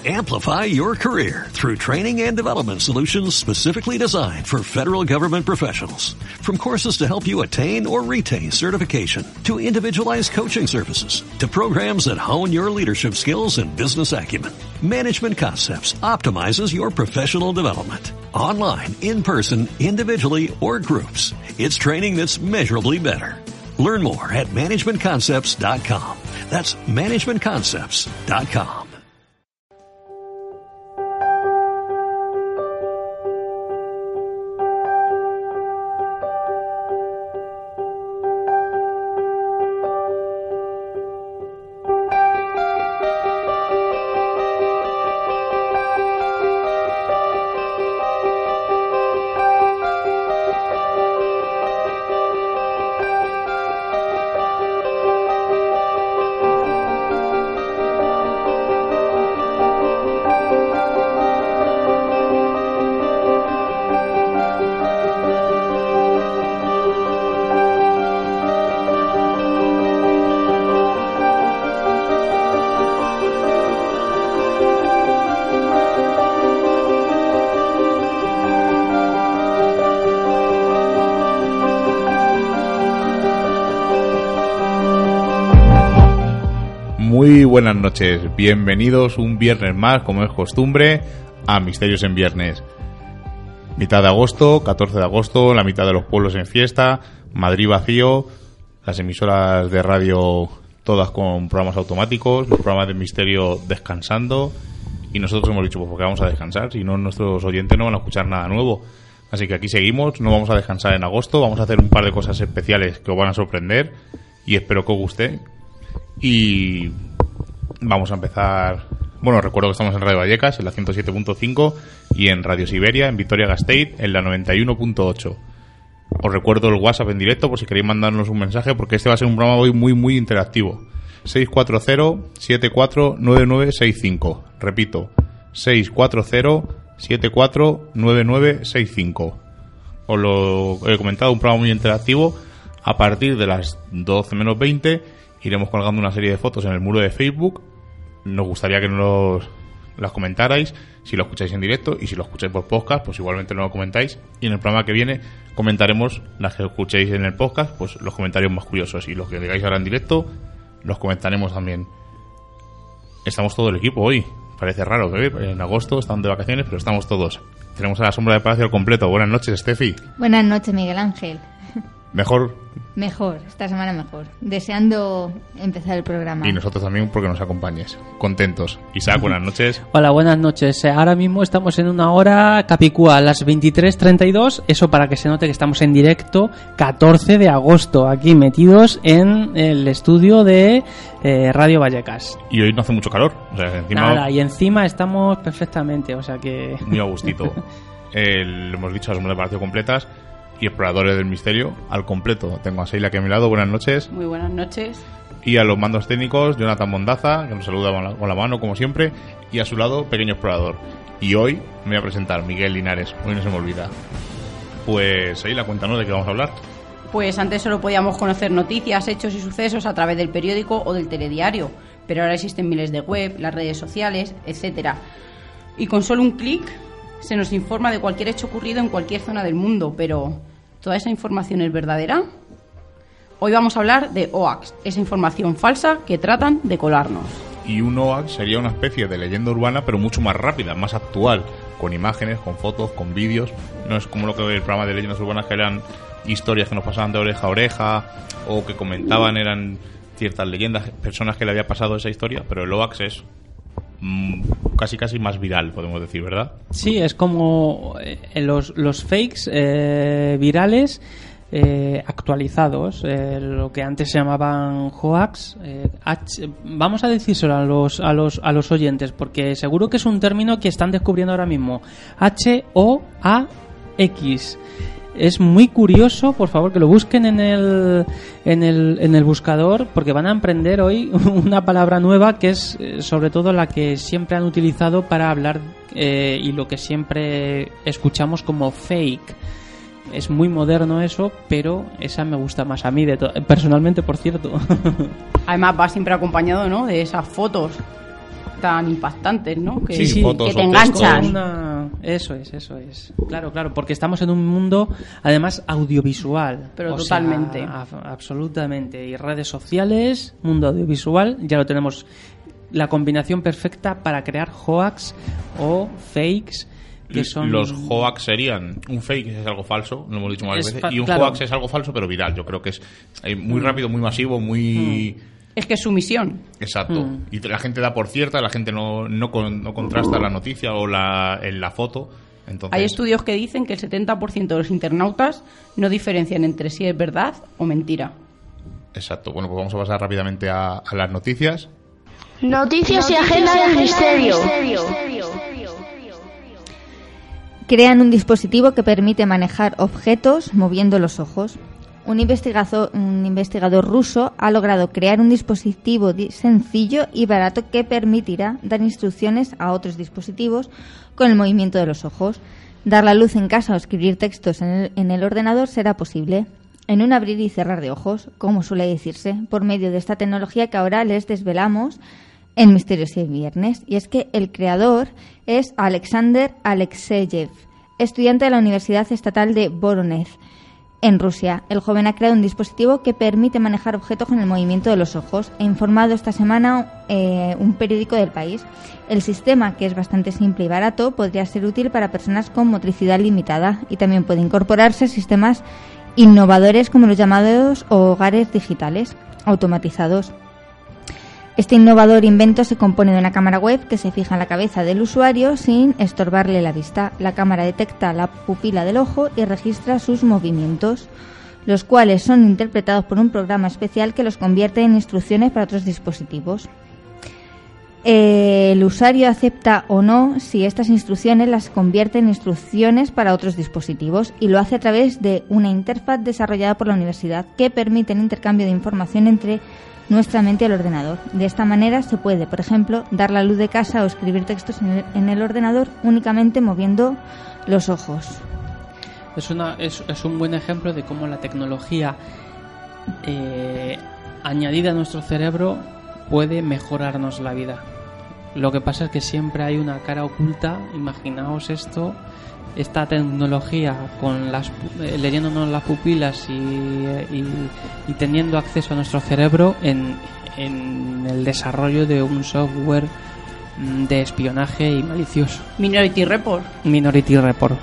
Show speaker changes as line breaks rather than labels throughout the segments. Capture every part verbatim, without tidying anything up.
Amplify your career through training and development solutions specifically designed for federal government professionals. From courses to help you attain or retain certification, to individualized coaching services, to programs that hone your leadership skills and business acumen, Management Concepts optimizes your professional development. Online, in person, individually, or groups, it's training that's measurably better. Learn more at management concepts dot com. That's management concepts dot com.
Muy buenas noches, bienvenidos un viernes más, como es costumbre, a Misterios en Viernes. Mitad de agosto, catorce de agosto, la mitad de los pueblos en fiesta, Madrid vacío, las emisoras de radio todas con programas automáticos, los programas de misterio descansando, y nosotros hemos dicho, pues porque vamos a descansar, si no nuestros oyentes no van a escuchar nada nuevo. Así que aquí seguimos, no vamos a descansar en agosto, vamos a hacer un par de cosas especiales que os van a sorprender y espero que os guste. Y vamos a empezar. Bueno, recuerdo que estamos en Radio Vallecas, en la ciento siete punto cinco, y en Radio Siberia, en Vitoria-Gasteiz, en la noventa y uno punto ocho. Os recuerdo el WhatsApp en directo por si queréis mandarnos un mensaje, porque este va a ser un programa hoy muy, muy interactivo. seis cuatro cero, siete cuatro nueve nueve seis cinco. Repito, seis cuatro cero, siete cuatro nueve nueve seis cinco. Os lo he comentado, un programa muy interactivo. A partir de las doce menos veinte iremos colgando una serie de fotos en el muro de Facebook. Nos gustaría que nos las comentarais si lo escucháis en directo, y si lo escucháis por podcast, pues igualmente nos lo comentáis, y en el programa que viene comentaremos las que escuchéis en el podcast, pues los comentarios más curiosos, y los que digáis ahora en directo los comentaremos también. Estamos todo el equipo hoy, parece raro, ¿eh? En agosto están de vacaciones, pero estamos todos. Tenemos a la sombra de Palacio al completo. Buenas noches, Estefi.
Buenas noches, Miguel Ángel.
¿Mejor?
Mejor, esta semana mejor. Deseando empezar el programa.
Y nosotros también, porque nos acompañes. Contentos. Isaac, buenas noches.
Hola, buenas noches. Ahora mismo estamos en una hora capicúa, a las veintitrés treinta y dos. Eso para que se note que estamos en directo, catorce de agosto, aquí metidos en el estudio de eh, Radio Vallecas.
Y hoy no hace mucho calor. O sea, encima...
Nada, y encima estamos perfectamente, o sea que...
Muy a gustito. eh, le hemos dicho a las sombras de Palacio completas y exploradores del misterio al completo. Tengo a Seila aquí a mi lado, buenas noches.
Muy buenas noches.
Y a los mandos técnicos, Jonathan Mondaza, que nos saluda con la, con la mano como siempre, y a su lado, pequeño explorador. Y hoy me voy a presentar, Miguel Linares, hoy no se me olvida. Pues Seila, cuéntanos de qué vamos a hablar.
Pues antes solo podíamos conocer noticias, hechos y sucesos a través del periódico o del telediario, pero ahora existen miles de web, las redes sociales, etcétera. Y con solo un clic se nos informa de cualquier hecho ocurrido en cualquier zona del mundo, pero ¿toda esa información es verdadera? Hoy vamos a hablar de hoax, esa información falsa que tratan de colarnos.
Y un hoax sería una especie de leyenda urbana, pero mucho más rápida, más actual, con imágenes, con fotos, con vídeos. No es como lo que el programa de leyendas urbanas, que eran historias que nos pasaban de oreja a oreja, o que comentaban, eran ciertas leyendas, personas que le había pasado esa historia, pero el hoax es casi casi más viral, podemos decir, ¿verdad?
Sí, es como eh, los, los fakes eh, virales eh, actualizados, eh, lo que antes se llamaban hoax. Eh, H, vamos a decírselo a los, a, los, a los oyentes, porque seguro que es un término que están descubriendo ahora mismo. H O A X. Es muy curioso, por favor que lo busquen en el, en el en el buscador, porque van a aprender hoy una palabra nueva que es eh, sobre todo la que siempre han utilizado para hablar eh, y lo que siempre escuchamos como fake. Es muy moderno eso, pero esa me gusta más a mí, de to- personalmente, por cierto.
Además va siempre acompañado, ¿no?, de esas fotos tan impactantes, ¿no? Que,
Sí, sí, fotos
que te
o
enganchan.
textos.
Una- Eso es, eso es. Claro, claro, porque estamos en un mundo, además, audiovisual.
Pero
O sea,
totalmente.
a- absolutamente. Y redes sociales, mundo audiovisual, ya lo tenemos. La combinación perfecta para crear hoax o fakes. Que son...
Los hoax serían un fake, es algo falso, lo hemos dicho varias
Es
veces,
fa-
y un
claro.
hoax es algo falso pero viral. Yo creo que es eh, muy rápido, muy masivo, muy...
Es que es su misión.
Exacto.
Mm.
Y la gente da por cierta, la gente no, no, con- no contrasta la noticia o la, en la foto. Entonces,
Hay estudios que dicen que el setenta por ciento de los internautas no diferencian entre si es verdad o mentira.
Exacto. Bueno, pues vamos a pasar rápidamente a, a las noticias.
Noticias y agenda del misterio.
Crean un dispositivo que permite manejar objetos moviendo los ojos. Un investigador, un investigador ruso ha logrado crear un dispositivo di- sencillo y barato que permitirá dar instrucciones a otros dispositivos con el movimiento de los ojos. Dar la luz en casa o escribir textos en el, en el ordenador será posible en un abrir y cerrar de ojos, como suele decirse, por medio de esta tecnología que ahora les desvelamos en Misterios y Viernes. Y es que el creador es Alexander Alexeyev, estudiante de la Universidad Estatal de Voronezh, en Rusia. El joven ha creado un dispositivo que permite manejar objetos con el movimiento de los ojos. Ha informado esta semana eh, un periódico del país. El sistema, que es bastante simple y barato, podría ser útil para personas con motricidad limitada y también puede incorporarse a sistemas innovadores como los llamados hogares digitales automatizados. Este innovador invento se compone de una cámara web que se fija en la cabeza del usuario sin estorbarle la vista. La cámara detecta la pupila del ojo y registra sus movimientos, los cuales son interpretados por un programa especial que los convierte en instrucciones para otros dispositivos. El usuario acepta o no si estas instrucciones las convierte en instrucciones para otros dispositivos y lo hace a través de una interfaz desarrollada por la universidad que permite el intercambio de información entre nuestra mente y el ordenador. De esta manera se puede, por ejemplo, dar la luz de casa o escribir textos en el, en el ordenador únicamente moviendo los ojos.
Es, una, es, es un buen ejemplo de cómo la tecnología eh, añadida a nuestro cerebro puede mejorarnos la vida. Lo que pasa es que siempre hay una cara oculta. Imaginaos esto, esta tecnología con las eh, leyéndonos las pupilas y, y, y teniendo acceso a nuestro cerebro en, en el desarrollo de un software mm, de espionaje y malicioso.
Minority Report.
Minority Report.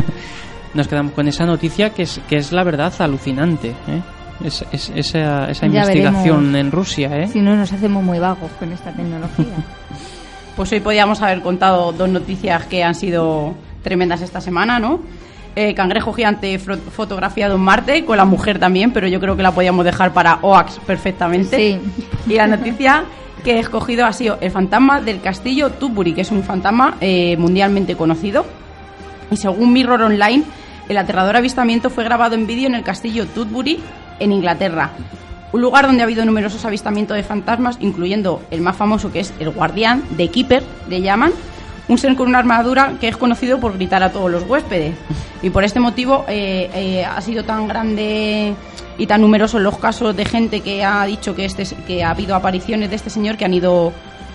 Nos quedamos con esa noticia que es, que es la verdad alucinante, ¿eh? Es, es, esa esa
Ya
investigación
veremos
en Rusia, ¿eh?
si no nos hacemos muy vagos con esta tecnología.
Pues hoy podíamos haber contado dos noticias que han sido tremendas esta semana, ¿no? Eh, cangrejo gigante fro- fotografiado en Marte, con la mujer también, pero yo creo que la podíamos dejar para O A X perfectamente.
Sí.
Y la noticia que he escogido ha sido el fantasma del castillo Tutbury, que es un fantasma eh, mundialmente conocido. Y según Mirror Online, el aterrador avistamiento fue grabado en vídeo en el castillo Tutbury, en Inglaterra. Un lugar donde ha habido numerosos avistamientos de fantasmas, incluyendo el más famoso, que es el guardián, de Keeper, le llaman, un ser con una armadura que es conocido por gritar a todos los huéspedes. Y por este motivo eh, eh, ha sido tan grande y tan numerosos los casos de gente que ha dicho que, este, que ha habido apariciones de este señor, que han ido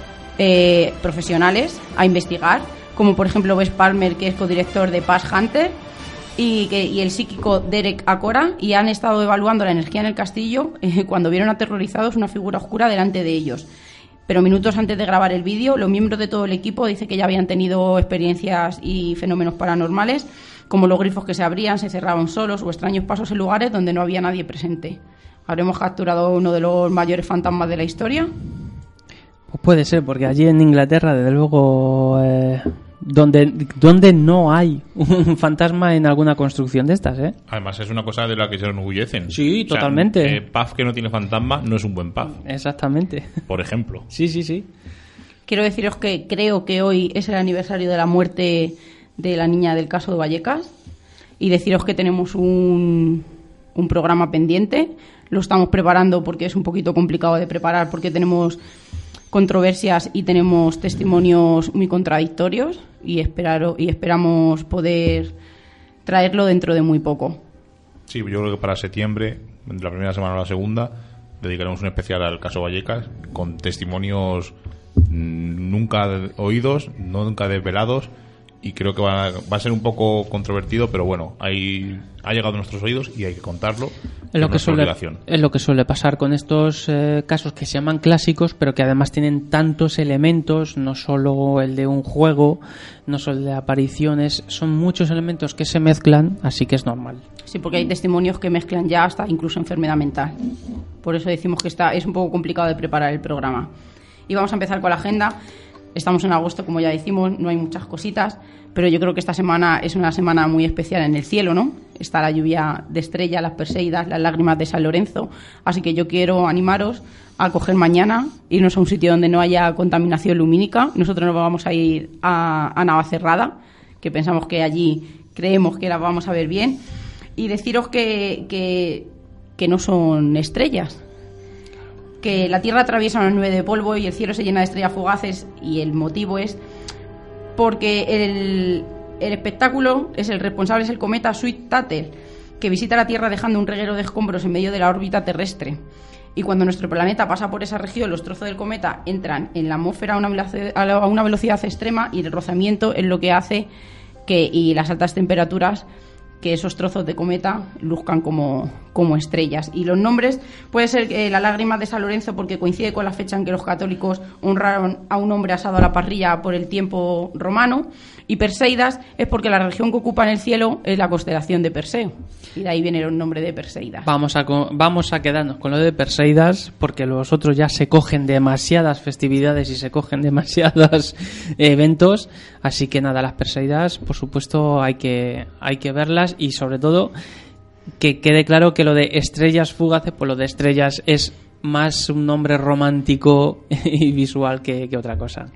eh, profesionales a investigar, como por ejemplo Wes Palmer, que es codirector de Past Hunter, y, que, y el psíquico Derek Acora, y han estado evaluando la energía en el castillo eh, cuando vieron aterrorizados una figura oscura delante de ellos. Pero minutos antes de grabar el vídeo, los miembros de todo el equipo dicen que ya habían tenido experiencias y fenómenos paranormales, como los grifos que se abrían, se cerraban solos o extraños pasos en lugares donde no había nadie presente. ¿Habremos capturado uno de los mayores fantasmas de la historia?
Pues puede ser, porque allí en Inglaterra, desde luego, eh, donde, donde no hay un fantasma en alguna construcción de estas, ¿eh?
Además es una cosa de la que se enorgullecen.
Sí,
O sea,
totalmente.
eh, pub que no tiene fantasma no es un buen pub,
Exactamente.
por ejemplo.
Sí, sí, sí.
Quiero deciros que creo que hoy es el aniversario de la muerte de la niña del caso de Vallecas, y deciros que tenemos un, un programa pendiente. Lo estamos preparando porque es un poquito complicado de preparar, porque tenemos controversias y tenemos testimonios muy contradictorios, y, esperar, y esperamos poder traerlo dentro de muy poco.
Sí, yo creo que para septiembre, entre la primera semana o la segunda, dedicaremos un especial al caso Vallecas con testimonios nunca oídos, nunca desvelados, y creo que va a, va a ser un poco controvertido, pero bueno, hay, ha llegado a nuestros oídos y hay que contarlo.
Es lo, que suele, es lo que suele pasar con estos eh, casos que se llaman clásicos, pero que además tienen tantos elementos, no solo el de un juego, no solo el de apariciones, son muchos elementos que se mezclan, así que es normal.
Sí, porque hay testimonios que mezclan ya hasta incluso enfermedad mental. Por eso decimos que está, es un poco complicado de preparar el programa. Y vamos a empezar con la agenda. Estamos en agosto, como ya decimos, no hay muchas cositas, pero yo creo que esta semana es una semana muy especial en el cielo, ¿no? Está la lluvia de estrellas, las Perseidas, las lágrimas de San Lorenzo, así que yo quiero animaros a coger mañana, irnos a un sitio donde no haya contaminación lumínica. Nosotros nos vamos a ir a, a Navacerrada, que pensamos que allí creemos que la vamos a ver bien, y deciros que, que, que no son estrellas, que la Tierra atraviesa una nube de polvo y el cielo se llena de estrellas fugaces, y el motivo es porque el, el espectáculo es el responsable es el cometa Sweet Tuttle, que visita la Tierra dejando un reguero de escombros en medio de la órbita terrestre. Y cuando nuestro planeta pasa por esa región, los trozos del cometa entran en la atmósfera a una velocidad, a una velocidad extrema, y el rozamiento es lo que hace que, y las altas temperaturas, que esos trozos de cometa luzcan como, como estrellas. Y los nombres puede ser eh, la lágrima de San Lorenzo, porque coincide con la fecha en que los católicos honraron a un hombre asado a la parrilla por el tiempo romano, y Perseidas es porque la región que ocupa en el cielo es la constelación de Perseo, y de ahí viene el nombre de Perseidas.
Vamos a, vamos a quedarnos con lo de Perseidas, porque los otros ya se cogen demasiadas festividades y se cogen demasiados eventos, así que nada, las Perseidas, por supuesto, hay que, hay que verlas, y sobre todo que quede claro que lo de estrellas fugaces, pues lo de estrellas es más un nombre romántico y visual que, que otra cosa.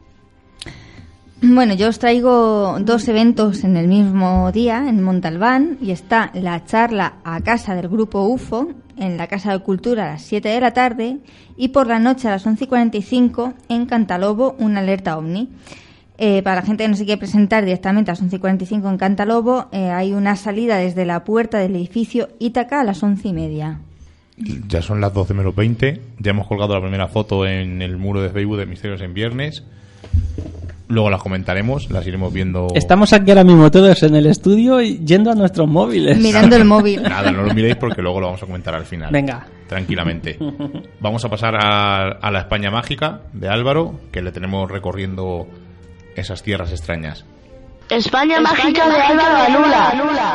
Bueno, yo os traigo dos eventos en el mismo día en Montalbán, y está la charla a casa del grupo U F O en la Casa de Cultura a las siete de la tarde, y por la noche a las once y cuarenta y cinco en Cantalobo una alerta ovni. Eh, para la gente que no se quiere presentar directamente a las once y cuarenta y cinco en Cantalobo, eh, hay una salida desde la puerta del edificio Ítaca a las once y media.
Ya son las doce menos veinte, ya hemos colgado la primera foto en el muro de Facebook de Misterios en Viernes. Luego las comentaremos, las iremos viendo.
Estamos aquí ahora mismo todos en el estudio y yendo a nuestros móviles.
Mirando el móvil.
Nada, no lo miréis porque luego lo vamos a comentar al final.
Venga.
Tranquilamente. Vamos a pasar a, a la España mágica de Álvaro, que le tenemos recorriendo esas tierras extrañas.
España, España mágica de Álvaro Anula.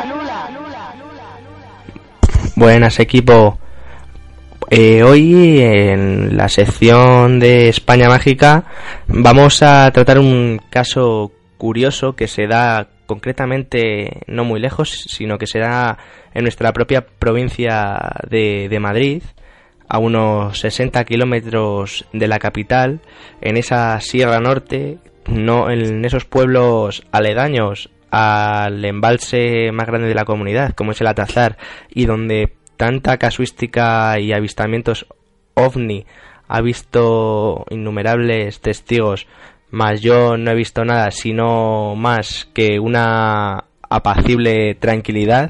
Buenas, equipo. Eh, hoy en la sección de España mágica vamos a tratar un caso curioso que se da concretamente no muy lejos, sino que se da en nuestra propia provincia de, de Madrid, a unos sesenta kilómetros de la capital, en esa Sierra Norte, no en esos pueblos aledaños al embalse más grande de la comunidad, como es el Atazar, y donde tanta casuística y avistamientos ovni ha visto innumerables testigos, mas yo no he visto nada, sino más que una apacible tranquilidad.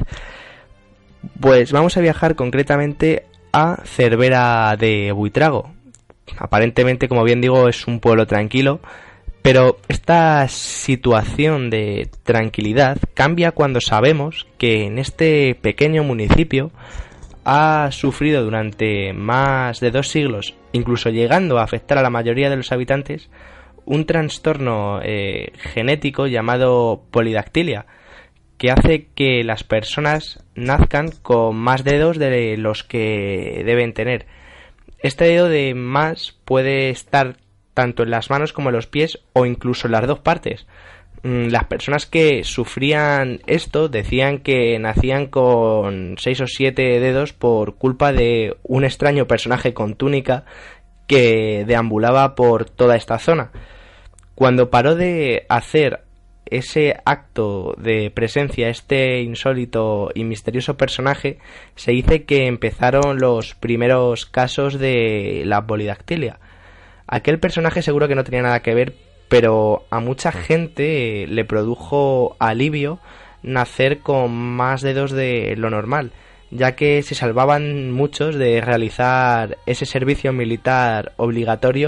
Pues vamos a viajar concretamente a Cervera de Buitrago. Aparentemente, como bien digo, es un pueblo tranquilo, pero esta situación de tranquilidad cambia cuando sabemos que en este pequeño municipio ha sufrido durante más de dos siglos, incluso llegando a afectar a la mayoría de los habitantes, un trastorno eh, genético llamado polidactilia, que hace que las personas nazcan con más dedos de los que deben tener. Este dedo de más puede estar tanto en las manos como en los pies, o incluso en las dos partes. Las personas que sufrían esto decían que nacían con seis o siete dedos por culpa de un extraño personaje con túnica que deambulaba por toda esta zona. Cuando paró de hacer ese acto de presencia este insólito y misterioso personaje, se dice que empezaron los primeros casos de la polidactilia. Aquel personaje seguro que no tenía nada que ver, pero a mucha gente le produjo alivio nacer con más dedos de lo normal, ya que se salvaban muchos de realizar ese servicio militar obligatorio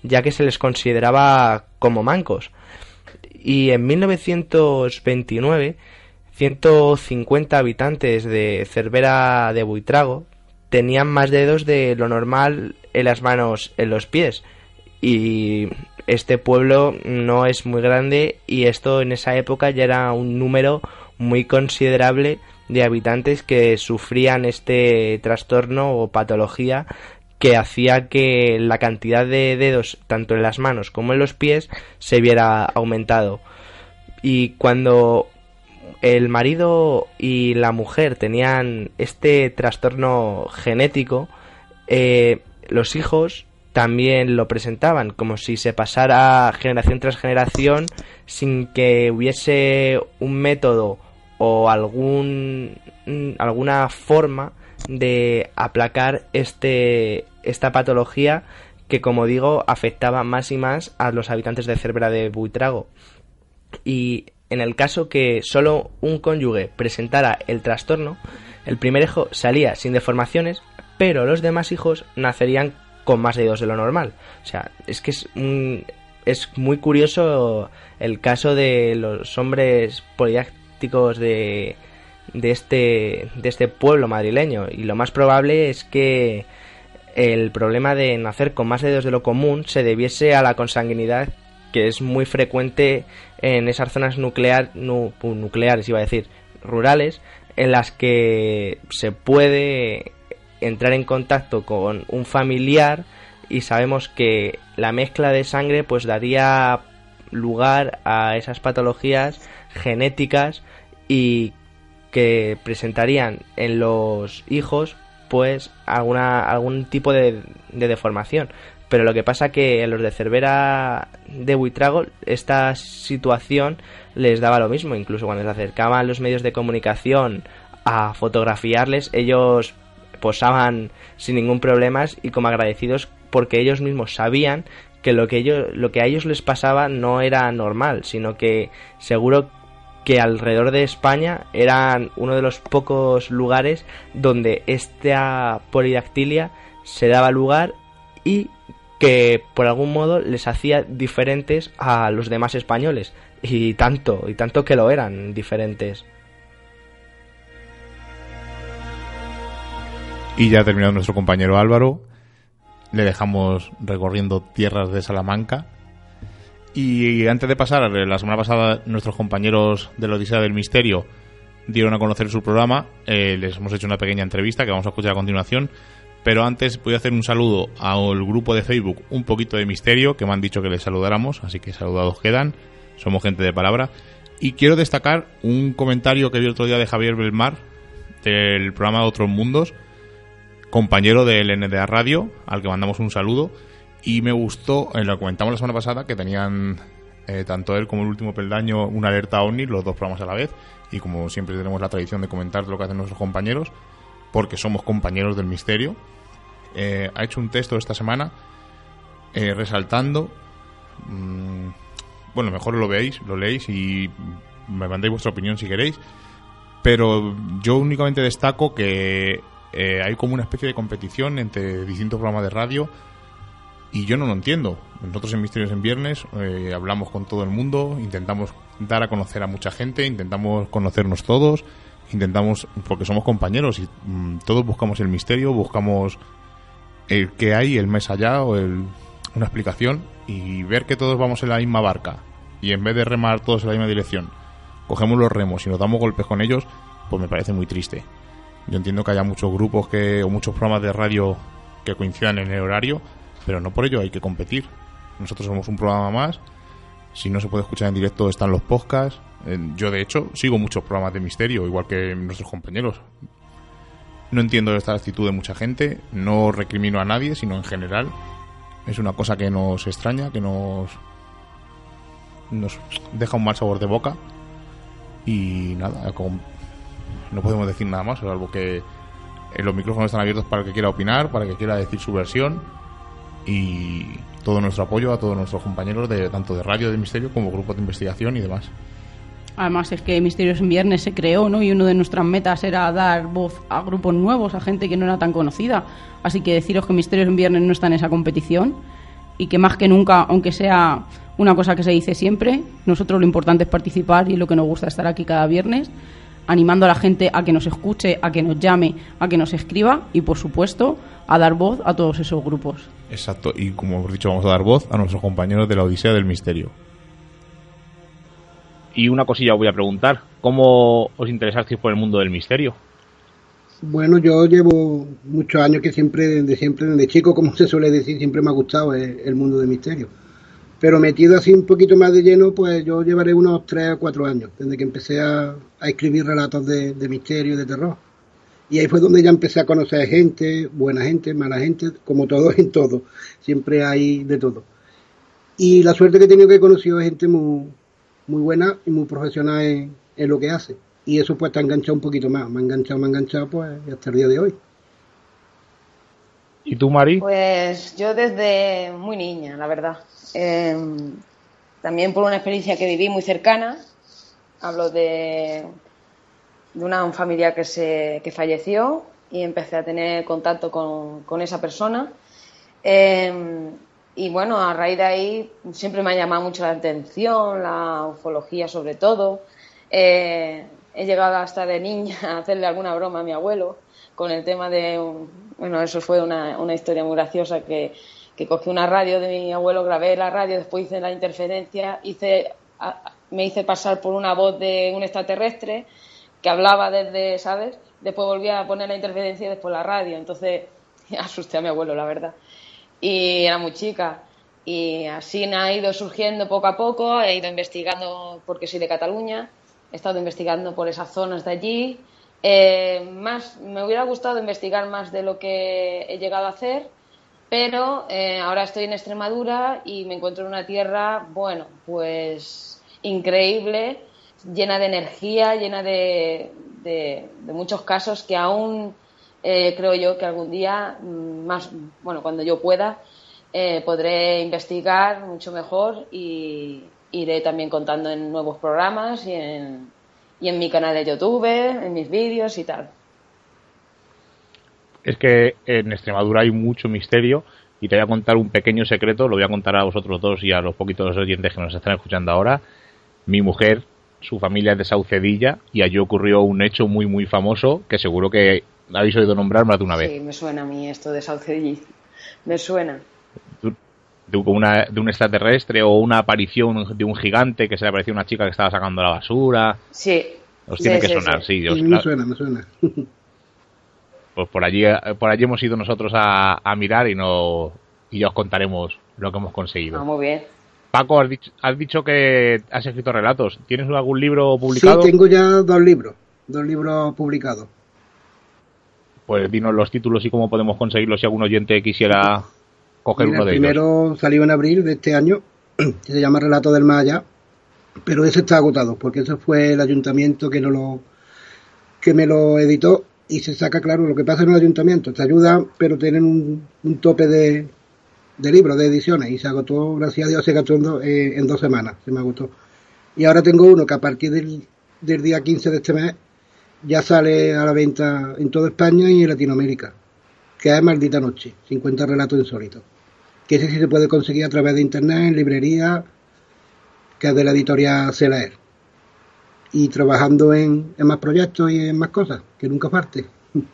ya que se les consideraba como mancos. Y en mil novecientos veintinueve, ciento cincuenta habitantes de Cervera de Buitrago tenían más dedos de lo normal en las manos, en los pies. Y este pueblo no es muy grande, y esto en esa época ya era un número muy considerable de habitantes que sufrían este trastorno o patología que hacía que la cantidad de dedos, tanto en las manos como en los pies, se viera aumentado. Y cuando el marido y la mujer tenían este trastorno genético, eh, los hijos también lo presentaban, como si se pasara generación tras generación sin que hubiese un método o algún alguna forma de aplacar este esta patología que, como digo, afectaba más y más a los habitantes de Cervera de Buitrago. Y en el caso que solo un cónyuge presentara el trastorno, el primer hijo salía sin deformaciones, pero los demás hijos nacerían con más dedos de lo normal. O sea, es que es un, es muy curioso el caso de los hombres polidácticos de de este de este pueblo madrileño, y lo más probable es que el problema de nacer con más dedos de lo común se debiese a la consanguinidad, que es muy frecuente en esas zonas nuclear, nu, nucleares, iba a decir, rurales, en las que se puede entrar en contacto con un familiar, y sabemos que la mezcla de sangre pues daría lugar a esas patologías genéticas y que presentarían en los hijos pues alguna algún tipo de, de deformación. Pero lo que pasa que en los de Cervera de Buitrago esta situación les daba lo mismo. Incluso cuando se acercaban los medios de comunicación a fotografiarles, ellos posaban sin ningún problema y como agradecidos, porque ellos mismos sabían que lo que ellos lo que a ellos les pasaba no era normal, sino que seguro que alrededor de España eran uno de los pocos lugares donde esta polidactilia se daba lugar y que por algún modo les hacía diferentes a los demás españoles, y tanto, y tanto que lo eran diferentes.
Y ya ha terminado nuestro compañero Álvaro, le dejamos recorriendo tierras de Salamanca. Y antes de pasar, la semana pasada nuestros compañeros de la Odisea del Misterio dieron a conocer su programa, eh, les hemos hecho una pequeña entrevista que vamos a escuchar a continuación, pero antes voy a hacer un saludo al grupo de Facebook Un Poquito de Misterio, que me han dicho que les saludáramos, así que saludados quedan, somos gente de palabra. Y quiero destacar un comentario que vi el otro día de Javier Belmar, del programa Otros Mundos, compañero del N D A Radio, al que mandamos un saludo. Y me gustó, eh, lo comentamos la semana pasada, que tenían eh, tanto él como El Último Peldaño una alerta OVNI, los dos programas a la vez, y como siempre tenemos la tradición de comentar lo que hacen nuestros compañeros, porque somos compañeros del misterio, eh, ha hecho un texto esta semana eh, resaltando, mmm, bueno, mejor lo veáis, lo leéis y me mandéis vuestra opinión si queréis, pero yo únicamente destaco que eh, hay como una especie de competición entre distintos programas de radio. Y yo no lo entiendo. Nosotros en Misterios en Viernes eh, hablamos con todo el mundo, intentamos dar a conocer a mucha gente, intentamos conocernos todos, intentamos, porque somos compañeros y mmm, todos buscamos el misterio, buscamos el que hay, el más allá o el, una explicación, y ver que todos vamos en la misma barca y en vez de remar todos en la misma dirección, cogemos los remos y nos damos golpes con ellos, pues me parece muy triste. Yo entiendo que haya muchos grupos que o muchos programas de radio que coincidan en el horario, pero no por ello hay que competir. Nosotros somos un programa más. Si no se puede escuchar en directo, están los podcasts. Yo, de hecho, sigo muchos programas de misterio, igual que nuestros compañeros. No entiendo esta actitud de mucha gente. No recrimino a nadie, sino en general. Es una cosa que nos extraña, que nos, nos deja un mal sabor de boca. Y nada, no podemos decir nada más, salvo que los micrófonos están abiertos para el que quiera opinar, para el que quiera decir su versión. Y todo nuestro apoyo a todos nuestros compañeros de tanto de Radio de Misterio como grupos de investigación y demás.
Además es que Misterios en Viernes se creó, ¿no? Y una de nuestras metas era dar voz a grupos nuevos, a gente que no era tan conocida. Así que deciros que Misterios en Viernes no está en esa competición y que más que nunca, aunque sea una cosa que se dice siempre, nosotros lo importante es participar y lo que nos gusta estar aquí cada viernes, animando a la gente a que nos escuche, a que nos llame, a que nos escriba y, por supuesto, a dar voz a todos esos grupos.
Exacto, y como hemos dicho, vamos a dar voz a nuestros compañeros de la Odisea del Misterio.
Y una cosilla os voy a preguntar, ¿cómo os interesasteis por el mundo del misterio?
Bueno, yo llevo muchos años que siempre, desde siempre, desde chico, como se suele decir, siempre me ha gustado el, el mundo del misterio. Pero metido así un poquito más de lleno, pues yo llevaré unos tres o cuatro años, desde que empecé a, a escribir relatos de, de misterio y de terror. Y ahí fue donde ya empecé a conocer gente, buena gente, mala gente, como todo en todo. Siempre hay de todo. Y la suerte que he tenido que he conocido a gente muy, muy buena y muy profesional en, en lo que hace. Y eso pues te ha enganchado un poquito más. Me ha enganchado, me ha enganchado pues hasta el día de hoy.
¿Y tú, Mari?
Pues yo desde muy niña, la verdad. Eh, también por una experiencia que viví muy cercana. Hablo de, de una familia que se que falleció y empecé a tener contacto con, con esa persona. Eh, y bueno, a raíz de ahí siempre me ha llamado mucho la atención, la ufología sobre todo. Eh, he llegado hasta de niña a hacerle alguna broma a mi abuelo con el tema de, un, bueno, eso fue una, una historia muy graciosa, que, que cogí una radio de mi abuelo, grabé la radio, después hice la interferencia, hice, a, me hice pasar por una voz de un extraterrestre que hablaba desde, ¿sabes? Después volví a poner la interferencia y después la radio, entonces asusté a mi abuelo, la verdad. Y era muy chica. Y así ha ido surgiendo poco a poco, he ido investigando porque soy de Cataluña, he estado investigando por esas zonas de allí. Eh, más, me hubiera gustado investigar más de lo que he llegado a hacer, pero eh, ahora estoy en Extremadura y me encuentro en una tierra, bueno, pues increíble, llena de energía, llena de, de, de muchos casos que aún eh, creo yo que algún día, más, bueno, cuando yo pueda, eh, podré investigar mucho mejor y iré también contando en nuevos programas y en, y en mi canal de YouTube, en mis vídeos y tal.
Es que en Extremadura hay mucho misterio y te voy a contar un pequeño secreto, lo voy a contar a vosotros dos y a los poquitos oyentes que nos están escuchando ahora. Mi mujer, su familia es de Saucedilla y allí ocurrió un hecho muy muy famoso que seguro que habéis oído nombrar más de una vez.
Sí, me suena a mí esto de Saucedilla, me suena.
De, una, de un extraterrestre o una aparición de un gigante que se le apareció a una chica que estaba sacando la basura.
Sí.
Os tiene
sí,
que
sí,
sonar, sí.
sí
Dios,
me
claro.
suena, me suena.
Pues por allí, por allí hemos ido nosotros a, a mirar y no y ya os contaremos lo que hemos conseguido.
Ah, muy bien.
Paco, has dicho, has dicho que has escrito relatos. ¿Tienes algún libro publicado?
Sí, tengo ya dos libros, dos libros publicados.
Pues dinos los títulos y cómo podemos conseguirlos si algún oyente quisiera coger
Mira,
uno de
el primero
ellos.
Primero salió en abril de este año, que se llama Relato del Más Allá, pero ese está agotado, porque ese fue el ayuntamiento que no lo que me lo editó y se saca, claro, lo que pasa en el ayuntamiento, te ayuda, pero tienen un, un tope de, de libros, de ediciones, y se agotó, gracias a Dios, se agotó en, do, eh, en dos semanas, se me agotó. Y ahora tengo uno que a partir del, del día quince de este mes ya sale a la venta en toda España y en Latinoamérica, que es Maldita Noche, cincuenta relatos insólitos, que ese sí se puede conseguir a través de internet, en librería, que es de la editorial Celaer, y trabajando en, en más proyectos y en más cosas, que nunca falte.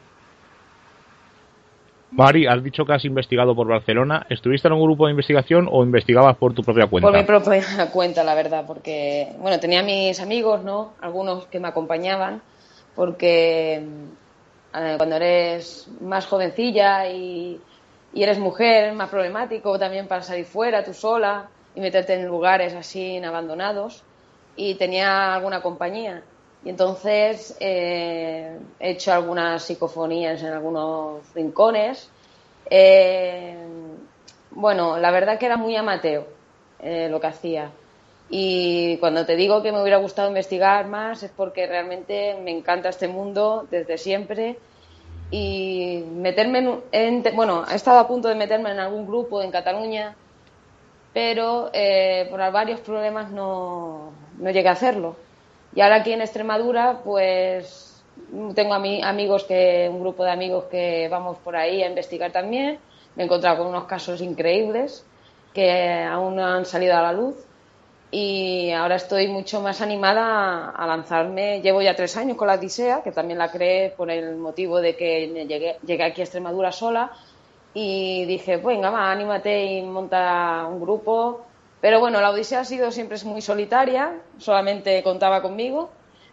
Mari, has dicho que has investigado por Barcelona. ¿Estuviste en un grupo de investigación o investigabas por tu propia cuenta?
Por mi propia cuenta, la verdad, porque, bueno, tenía mis amigos, ¿no? Algunos que me acompañaban, porque eh, cuando eres más jovencilla y, y eres mujer, es más problemático también para salir fuera tú sola y meterte en lugares así abandonados, y tenía alguna compañía. Y entonces eh, he hecho algunas psicofonías en algunos rincones. Eh, bueno, la verdad que era muy amateur eh, lo que hacía. Y cuando te digo que me hubiera gustado investigar más es porque realmente me encanta este mundo desde siempre. Y meterme en, en bueno, he estado a punto de meterme en algún grupo en Cataluña, pero eh, por varios problemas no, no llegué a hacerlo. Y ahora aquí en Extremadura, pues tengo a mí amigos que, un grupo de amigos que vamos por ahí a investigar también. Me he encontrado con unos casos increíbles que aún no han salido a la luz. Y ahora estoy mucho más animada a lanzarme. Llevo ya tres años con la Odisea, que también la creé por el motivo de que llegué, llegué aquí a Extremadura sola y dije, pues venga, va, anímate y monta un grupo. Pero bueno, la Odisea ha sido siempre muy solitaria, solamente contaba conmigo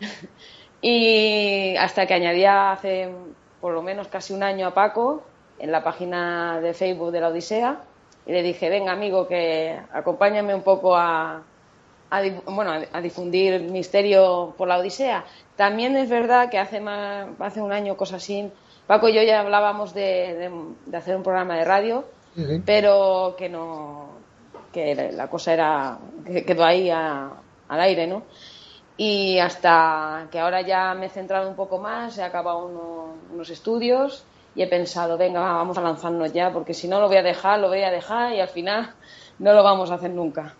y hasta que añadía hace por lo menos casi un año a Paco en la página de Facebook de la Odisea y le dije, venga amigo, que acompáñame un poco a... A, bueno, a difundir misterio por la Odisea. También es verdad que hace más, hace un año, cosas así, Paco y yo ya hablábamos de, de, de hacer un programa de radio, uh-huh. pero que no, que la cosa era, que quedó ahí a, al aire, ¿no? Y hasta que ahora ya me he centrado un poco más, he acabado uno, unos estudios y he pensado, venga, vamos a lanzarnos ya, porque si no lo voy a dejar, lo voy a dejar y al final no lo vamos a hacer nunca.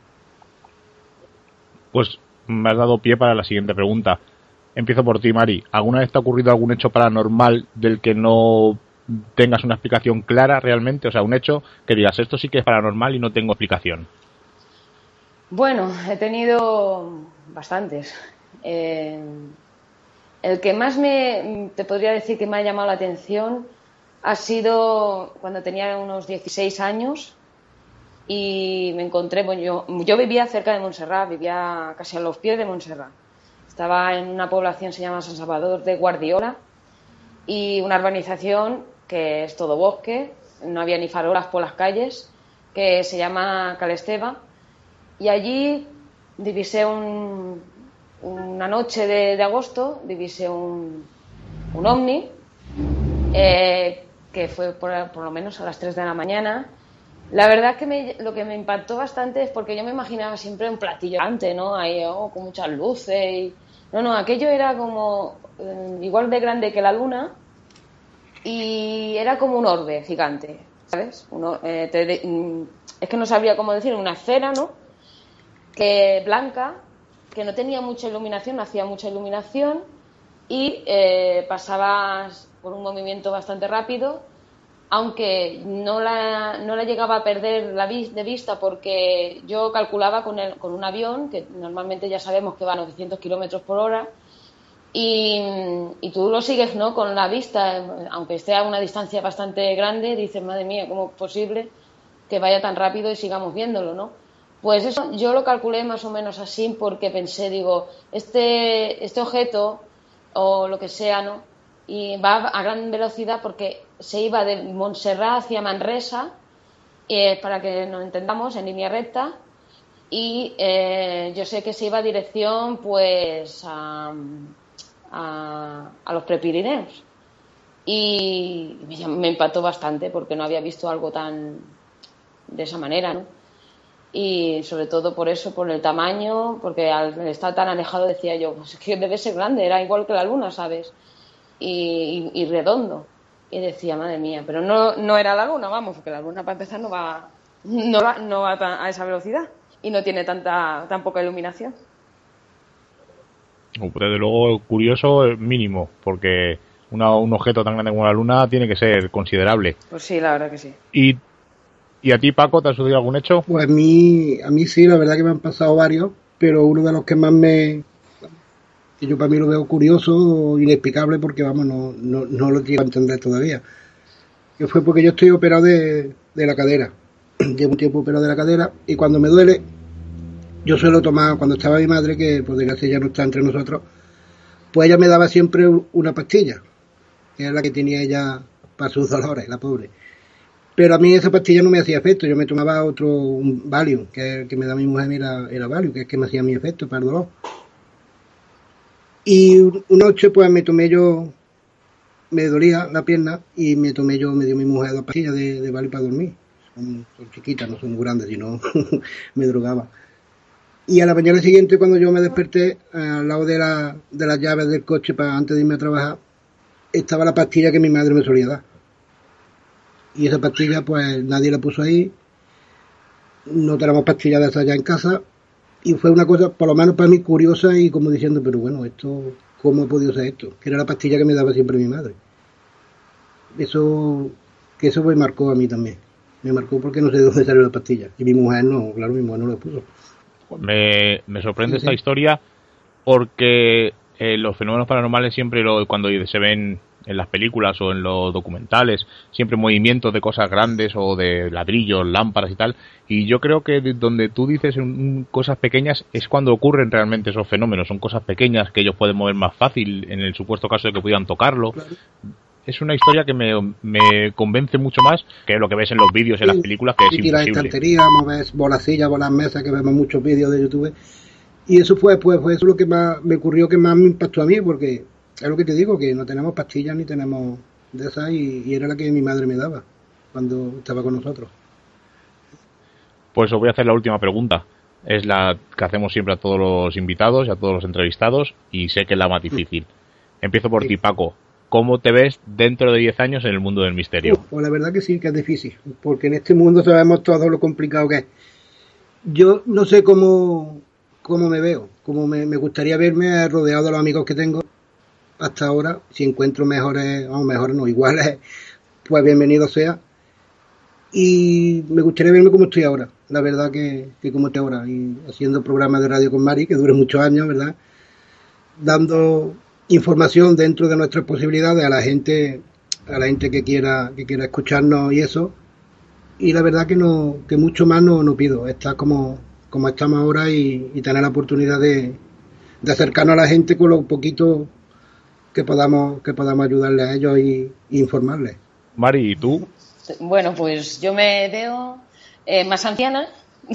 Pues me has dado pie para la siguiente pregunta. Empiezo por ti, Mari. ¿Alguna vez te ha ocurrido algún hecho paranormal del que no tengas una explicación clara realmente? O sea, un hecho que digas, esto sí que es paranormal y no tengo explicación.
Bueno, he tenido bastantes. Eh, el que más me, te podría decir que me ha llamado la atención ha sido cuando tenía unos dieciséis años. Y me encontré, bueno, yo, yo vivía cerca de Montserrat, vivía casi a los pies de Montserrat. Estaba en una población, se llama San Salvador de Guardiola, y una urbanización que es todo bosque, no había ni farolas por las calles, que se llama Calesteva. Y allí divisé un, una noche de, de agosto, divisé un, un ovni, eh, que fue por, por lo menos a las tres de la mañana. La verdad es que me, lo que me impactó bastante es porque yo me imaginaba siempre un platillo gigante, ¿no? Ahí, oh, con muchas luces y... No, no, aquello era como eh, igual de grande que la luna y era como un orbe gigante, ¿sabes? Uno, eh, te, de, es que no sabría cómo decir, una esfera, ¿no? Que blanca, que no tenía mucha iluminación, no hacía mucha iluminación y eh, pasabas por un movimiento bastante rápido, aunque no la, no la llegaba a perder la vi, de vista porque yo calculaba con, el, con un avión, que normalmente ya sabemos que va a novecientos kilómetros por hora, y, y tú lo sigues, ¿no?, con la vista, aunque esté a una distancia bastante grande, dices, madre mía, ¿cómo es posible que vaya tan rápido y sigamos viéndolo, ¿no? Pues eso yo lo calculé más o menos así porque pensé, digo, este, este objeto o lo que sea, ¿no?, y va a gran velocidad porque se iba de Montserrat hacia Manresa, eh, para que nos entendamos, en línea recta, y eh, yo sé que se iba a dirección pues a, a, a los Prepirineos y me, me impactó bastante porque no había visto algo tan de esa manera, ¿no? Y sobre todo por eso, por el tamaño, porque al estar tan alejado decía yo, pues es que debe ser grande, era igual que la luna, ¿sabes? Y, y, y redondo. Y decía, madre mía, pero no, no era la luna, vamos, porque la luna para empezar no va, no va, no va a esa velocidad y no tiene tanta tan poca iluminación.
Desde luego, curioso mínimo, porque una, un objeto tan grande como la luna tiene que ser considerable.
Pues sí, la verdad que sí.
¿Y, y a ti, Paco, te ha sucedido algún hecho?
Pues a mí, a mí sí, la verdad que me han pasado varios, pero uno de los que más me... que yo para mí lo veo curioso, inexplicable, porque vamos, no, no, no lo quiero entender todavía. Que fue porque yo estoy operado de, de la cadera. Llevo un tiempo operado de la cadera y cuando me duele, yo suelo tomar, cuando estaba mi madre, que por desgracia ya no está entre nosotros, pues ella me daba siempre una pastilla, que era la que tenía ella para sus dolores, la pobre. Pero a mí esa pastilla no me hacía efecto, yo me tomaba otro, un Valium, que el que me da mi mujer era, era Valium, que es que me hacía mi efecto para el dolor. Y una noche pues me tomé yo, me dolía la pierna y me tomé yo, me dio mi mujer dos pastillas de, de Valium para dormir. Son, son chiquitas, no son muy grandes, sino me drogaba. Y a la mañana siguiente, cuando yo me desperté, al lado de, la, de las llaves del coche para antes de irme a trabajar, estaba la pastilla que mi madre me solía dar. Y esa pastilla pues nadie la puso ahí, no tenemos pastillas de esas ya en casa. Y fue una cosa, por lo menos para mí, curiosa y como diciendo, pero bueno, esto, ¿cómo ha podido ser esto? Que era la pastilla que me daba siempre mi madre. Eso, que eso me marcó a mí también. Me marcó porque no sé de dónde salió la pastilla. Y mi mujer no, claro, mi mujer no lo puso.
Me, me sorprende
Sí,
esta
sí.
historia porque eh, los fenómenos paranormales siempre, lo, cuando se ven en las películas o en los documentales, siempre movimientos de cosas grandes o de ladrillos, lámparas y tal, y yo creo que de donde tú dices en, cosas pequeñas es cuando ocurren realmente esos fenómenos, son cosas pequeñas que ellos pueden mover más fácil en el supuesto caso de que pudieran tocarlo. Claro. Es una historia que me, me convence mucho más que lo que ves en los vídeos, en las películas, que es
tirar
imposible.
estanterías, mover bolacillas, bolas mesas, que vemos muchos vídeos de YouTube. Y eso fue, pues, fue eso lo que más me ocurrió, que más me impactó a mí, porque es lo que te digo, que no tenemos pastillas ni tenemos de esas, y, y era la que mi madre me daba cuando estaba con nosotros.
Pues os voy a hacer la última pregunta. Es la que hacemos siempre a todos los invitados y a todos los entrevistados, y sé que es la más difícil. Empiezo por sí. ti, Paco. ¿Cómo te ves dentro de diez años en el mundo del misterio?
Uh, pues la verdad que sí, que es difícil, porque en este mundo sabemos todo lo complicado que es. Yo no sé cómo, cómo me veo, cómo me, me gustaría verme rodeado de los amigos que tengo hasta ahora. Si encuentro mejores, o mejores no, iguales, pues bienvenido sea. Y me gustaría verme como estoy ahora, la verdad que, que como estoy ahora, y haciendo programas de radio con Mari, que dure muchos años, ¿verdad? Dando información dentro de nuestras posibilidades a la gente, a la gente que quiera, que quiera escucharnos y eso. Y la verdad que no, que mucho más no, no pido, estar como, como estamos ahora y, y tener la oportunidad de, de acercarnos a la gente con lo poquito que podamos, que podamos ayudarles a ellos y, y informarles.
Mari, ¿y tú?
Bueno, pues yo me veo eh, más anciana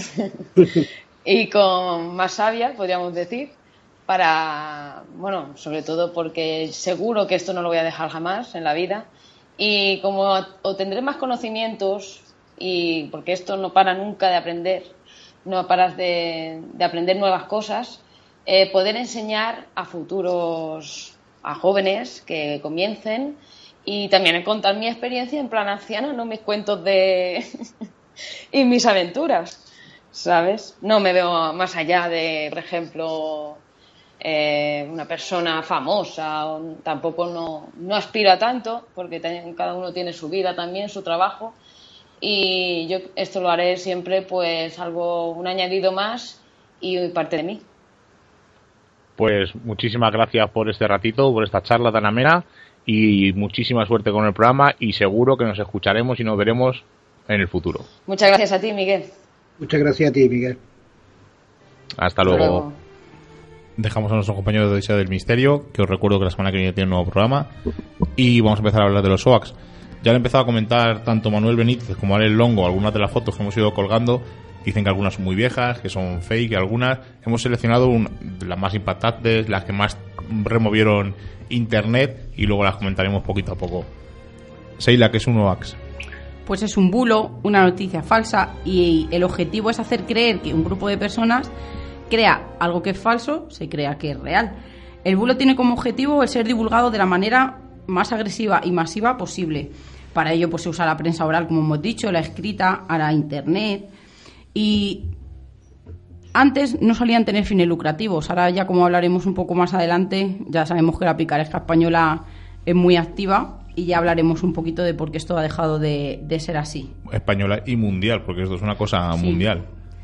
y con más sabia, podríamos decir, para, bueno, sobre todo porque seguro que esto no lo voy a dejar jamás en la vida, y como obtendré más conocimientos, y porque esto no para nunca de aprender, no paras de, de aprender nuevas cosas, eh, poder enseñar a futuros, a jóvenes que comiencen, y también contar mi experiencia en plan anciana, no mis cuentos de y mis aventuras, ¿sabes? No me veo más allá de, por ejemplo, eh, una persona famosa, o tampoco no, no aspiro a tanto, porque t- cada uno tiene su vida también, su trabajo, y yo esto lo haré siempre pues algo, un añadido más y parte de mí.
Pues muchísimas gracias por este ratito, por esta charla tan amena, y muchísima suerte con el programa, y seguro que nos escucharemos y nos veremos en el futuro.
Muchas gracias a ti, Miguel.
Muchas gracias a ti, Miguel.
Hasta luego.
Hasta luego.
Dejamos a nuestro compañero de Odisea del Misterio, que os recuerdo que la semana que viene tiene un nuevo programa, y vamos a empezar a hablar de los O A Cs. Ya han empezado a comentar tanto Manuel Benítez como Alex Longo algunas de las fotos que hemos ido colgando. Dicen que algunas son muy viejas, que son fake, algunas. Hemos seleccionado un, las más impactantes, las que más removieron internet, y luego las comentaremos poquito a poco. Seila, ¿qué es un O A C?
Pues es un bulo, una noticia falsa, y el objetivo es hacer creer que un grupo de personas crea algo que es falso, se crea que es real. El bulo tiene como objetivo el ser divulgado de la manera más agresiva y masiva posible. Para ello pues se usa la prensa oral, como hemos dicho, la escrita, a la internet, y antes no solían tener fines lucrativos. Ahora, ya como hablaremos un poco más adelante, ya sabemos que la picaresca española es muy activa, y ya hablaremos un poquito de por qué esto ha dejado de, de ser así.
Española y mundial, porque esto es una cosa
Sí.
mundial.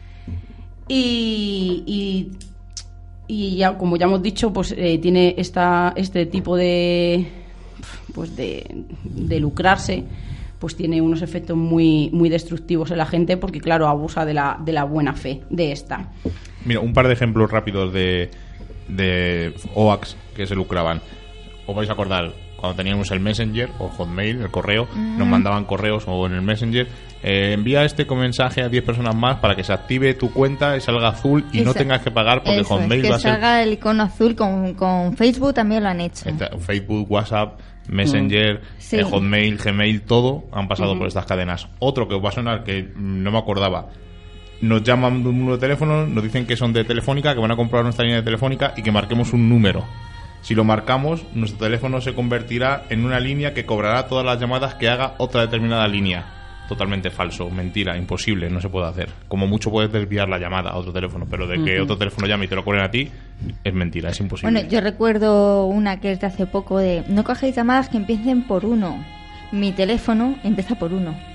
Y, y, y ya, como ya hemos dicho, pues eh, tiene esta, este tipo de, pues de, de lucrarse, pues tiene unos efectos muy, muy destructivos en la gente, porque claro, abusa de la, de la buena fe de esta.
Mira, un par de ejemplos rápidos de, de O A Cs que se lucraban. Os vais a acordar, cuando teníamos el Messenger o Hotmail, el correo, mm. nos mandaban correos, o en el Messenger, eh, envía este mensaje a diez personas más para que se active tu cuenta y salga azul y
Eso,
no tengas que pagar, porque
eso
Hotmail
es, que
va a ser...
salga el icono azul. Con, con Facebook también lo han hecho.
Facebook, WhatsApp, Messenger,
mm. sí.
eh, Hotmail, Gmail, todo han pasado uh-huh. por estas cadenas. Otro que os va a sonar, que no me acordaba, nos llaman de un número de teléfono, nos dicen que son de Telefónica, que van a comprar nuestra línea de Telefónica, y que marquemos un número. Si lo marcamos, nuestro teléfono se convertirá en una línea que cobrará todas las llamadas que haga otra determinada línea. Totalmente falso, mentira, imposible, no se puede hacer. Como mucho puedes desviar la llamada a otro teléfono, pero de que uh-huh. otro teléfono llame y te lo cobren a ti, es mentira, es imposible.
Bueno, yo recuerdo una que es de hace poco, de no cogéis llamadas que empiecen por uno. Mi teléfono empieza por uno.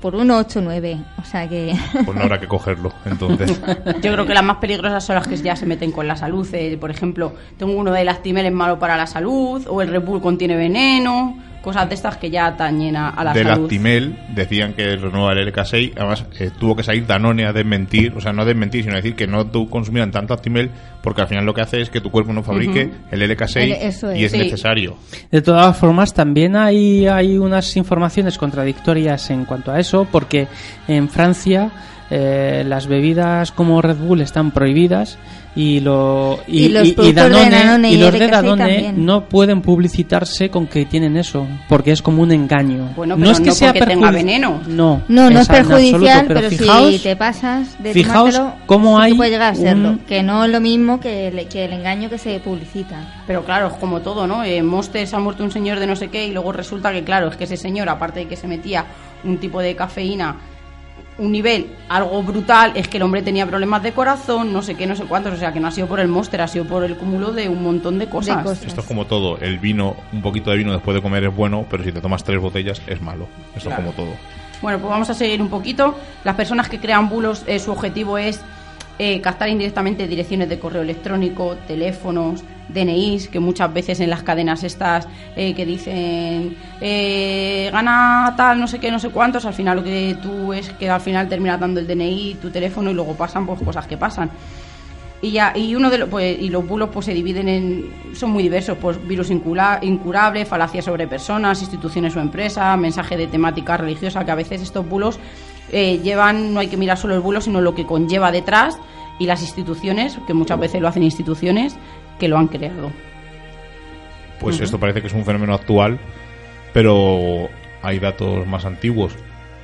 por uno ocho nueve, o sea que...
Pues no habrá que cogerlo, entonces.
Yo creo que las más peligrosas son las que ya se meten con la salud. Eh, por ejemplo, tengo uno de Lactimel, es malo para la salud, o el Red Bull contiene veneno, cosas de estas que ya atañen a, a la
de
salud. De
Lactimel decían que renueva el L K seis, además eh, tuvo que salir Danone a desmentir, o sea, no a desmentir, sino a decir que no tú consumieran tanto Lactimel, porque al final lo que hace es que tu cuerpo no fabrique uh-huh. el L K seis el, es. y es sí. necesario.
De todas formas, también hay, hay unas informaciones contradictorias en cuanto a eso, porque en Francia eh, las bebidas como Red Bull están prohibidas y lo y,
y los
y, y Danone,
de Danone
y,
y
los
L K
de Danone
también.
no pueden publicitarse con que tienen eso, porque es como un engaño.
Bueno,
no
pero
es que
no
sea
porque
perjudic-
tenga veneno.
No,
no, no es
esa,
perjudicial,
absoluto, pero,
pero
fijaos,
si te pasas de
fijaos
tomártelo,
cómo
sí
hay
que puede llegar a serlo,
un...
que no es lo mismo que el, que el engaño que se publicita.
Pero claro, es como todo, ¿no? En Monster se ha muerto un señor de no sé qué y luego resulta que, claro, es que ese señor, aparte de que se metía un tipo de cafeína, un nivel algo brutal, es que el hombre tenía problemas de corazón, no sé qué, no sé cuántos, o sea que no ha sido por el Monster, ha sido por el cúmulo de un montón de cosas.
De cosas.
Esto es como todo, el vino, un poquito de vino después de comer es bueno, pero si te tomas tres botellas es malo. Esto
Claro.
es como todo.
Bueno, pues vamos a seguir un poquito. Las personas que crean bulos, eh, su objetivo es eh, captar indirectamente direcciones de correo electrónico, teléfonos, D N Is, que muchas veces en las cadenas estas eh, que dicen eh, gana tal, no sé qué, no sé cuántos, al final lo que tú es que al final terminas dando el D N I, tu teléfono, y luego pasan pues cosas que pasan. Y ya, y uno de los pues, y los bulos pues se dividen en, son muy diversos, pues virus incula, incurable, falacias sobre personas, instituciones o empresas, mensaje de temática religiosa, que a veces estos bulos eh, llevan, no hay que mirar solo el bulo, sino lo que conlleva detrás, y las instituciones, que muchas veces lo hacen instituciones que lo han creado.
Pues
Uh-huh.
esto parece que es un fenómeno actual, pero hay datos más antiguos.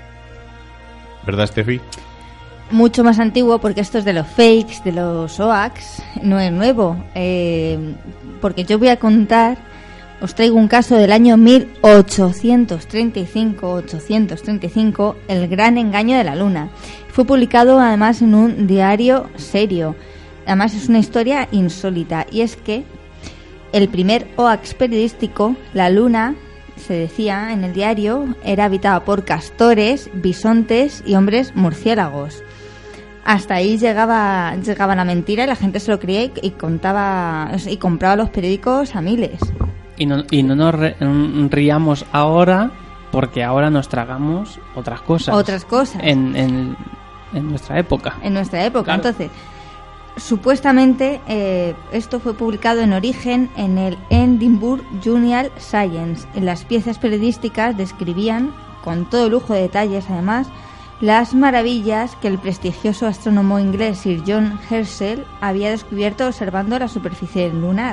¿Verdad, Steffi?
Mucho más antiguo, porque esto es de los fakes, de los hoax, no es nuevo. Eh, porque yo voy a contar, os traigo un caso del año mil ochocientos treinta y cinco, ochocientos treinta y cinco, El gran engaño de la luna. Fue publicado además en un diario serio. Además es una historia insólita, y es que el primer hoax periodístico, la luna, se decía en el diario, era habitada por castores, bisontes y hombres murciélagos. Hasta ahí llegaba llegaba la mentira y la gente se lo creía y, y contaba y compraba los periódicos a miles.
Y no, y no nos re- riamos ahora, porque ahora nos tragamos otras cosas.
Otras cosas.
En, en, en nuestra época.
En nuestra época.
Claro.
Entonces, supuestamente eh, esto fue publicado en origen en el Edinburgh Journal Science. En las piezas periodísticas describían, con todo lujo de detalles además, las maravillas que el prestigioso astrónomo inglés Sir John Herschel había descubierto observando la superficie lunar.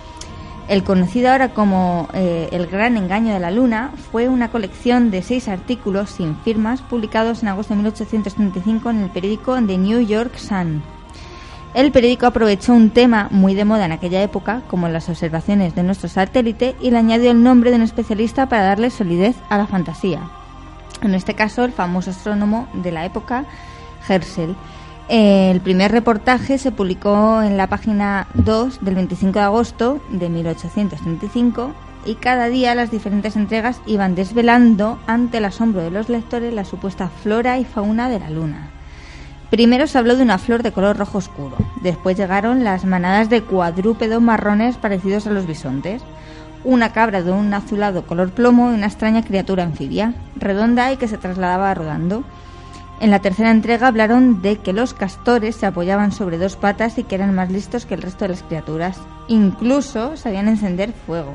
El conocido ahora como eh, El gran engaño de la luna fue una colección de seis artículos sin firmas publicados en agosto de mil ochocientos treinta y cinco en el periódico The New York Sun. El periódico aprovechó un tema muy de moda en aquella época, como las observaciones de nuestro satélite, y le añadió el nombre de un especialista para darle solidez a la fantasía. En este caso, el famoso astrónomo de la época, Herschel. El primer reportaje se publicó en la página dos del veinticinco de agosto de mil ochocientos treinta y cinco, y cada día las diferentes entregas iban desvelando ante el asombro de los lectores la supuesta flora y fauna de la luna. Primero se habló de una flor de color rojo oscuro, después llegaron las manadas de cuadrúpedos marrones parecidos a los bisontes, una cabra de un azulado color plomo y una extraña criatura anfibia, redonda y que se trasladaba rodando. En la tercera entrega hablaron de que los castores se apoyaban sobre dos patas y que eran más listos que el resto de las criaturas. Incluso sabían encender fuego.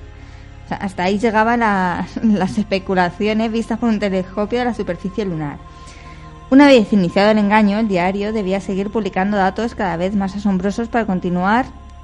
O sea, hasta ahí llegaban las, las especulaciones vistas por un telescopio de la superficie lunar. Una vez iniciado el engaño, el diario debía seguir publicando datos cada vez más asombrosos para continuar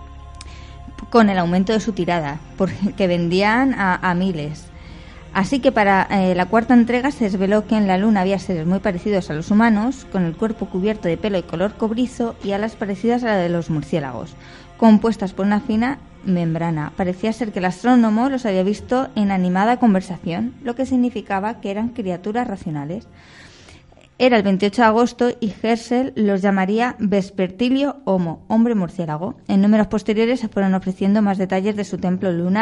con el aumento de su tirada, porque vendían a, a miles. Así que para eh, la cuarta entrega se desveló que en la luna había seres muy parecidos a los humanos, con el cuerpo cubierto de pelo y color cobrizo, y alas parecidas a la de los murciélagos, compuestas por una fina membrana. Parecía ser que el astrónomo los había visto en animada conversación, lo que significaba que eran criaturas racionales. Era el veintiocho de agosto y Herschel los llamaría Vespertilio Homo, hombre murciélago. En números posteriores se fueron ofreciendo más detalles de su templo lunar,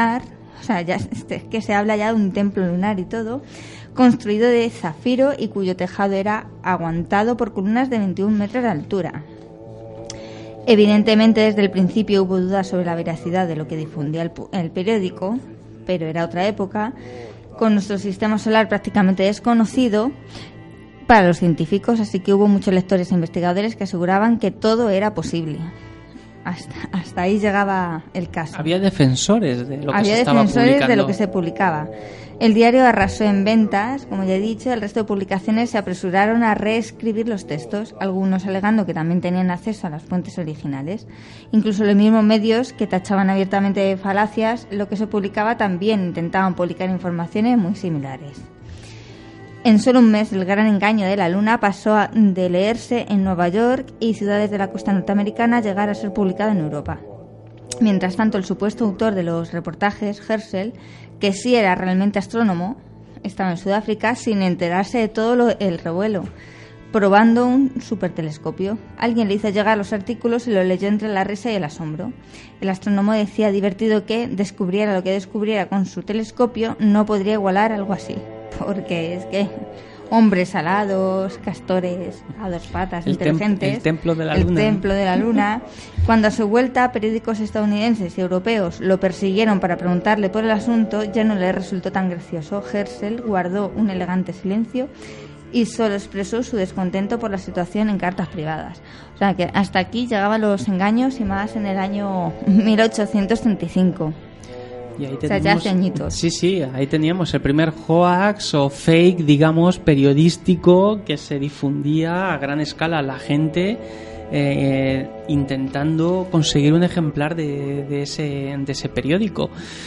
o sea, ya es que se habla ya de un templo lunar y todo, construido de zafiro y cuyo tejado era aguantado por columnas de veintiún metros de altura. Evidentemente, desde el principio hubo dudas sobre la veracidad de lo que difundía el, el periódico, pero era otra época, con nuestro sistema solar prácticamente desconocido para los científicos, así que hubo muchos lectores e investigadores que aseguraban que todo era posible. Hasta, hasta ahí llegaba el caso.
Había defensores de lo que
Había
se estaba
defensores
publicando.
de lo que se publicaba. El diario arrasó en ventas, como ya he dicho. El resto de publicaciones se apresuraron a reescribir los textos, algunos alegando que también tenían acceso a las fuentes originales. Incluso los mismos medios que tachaban abiertamente de falacias lo que se publicaba también intentaban publicar informaciones muy similares. En solo un mes, El gran engaño de la luna pasó a, de leerse en Nueva York y ciudades de la costa norteamericana a llegar a ser publicado en Europa. Mientras tanto, el supuesto autor de los reportajes, Herschel, que sí era realmente astrónomo, estaba en Sudáfrica sin enterarse de todo lo, el revuelo, probando un supertelescopio. Alguien le hizo llegar los artículos y lo leyó entre la risa y el asombro. El astrónomo decía divertido que descubriera lo que descubriera con su telescopio no podría igualar algo así. Porque es que hombres alados, castores a dos patas,
el
inteligentes,
tem- el templo de la
el
luna.
templo de la luna. Cuando a su vuelta periódicos estadounidenses y europeos lo persiguieron para preguntarle por el asunto, ya no le resultó tan gracioso. Herschel guardó un elegante silencio y solo expresó su descontento por la situación en cartas privadas. O sea que hasta aquí llegaban los engaños, y más en el año mil ochocientos treinta y cinco.
Y ahí
O sea, ya hace añitos.
Sí, sí, ahí teníamos el primer hoax o fake, digamos, periodístico que se difundía a gran escala. La gente eh, intentando conseguir un ejemplar de, de, ese, de ese periódico.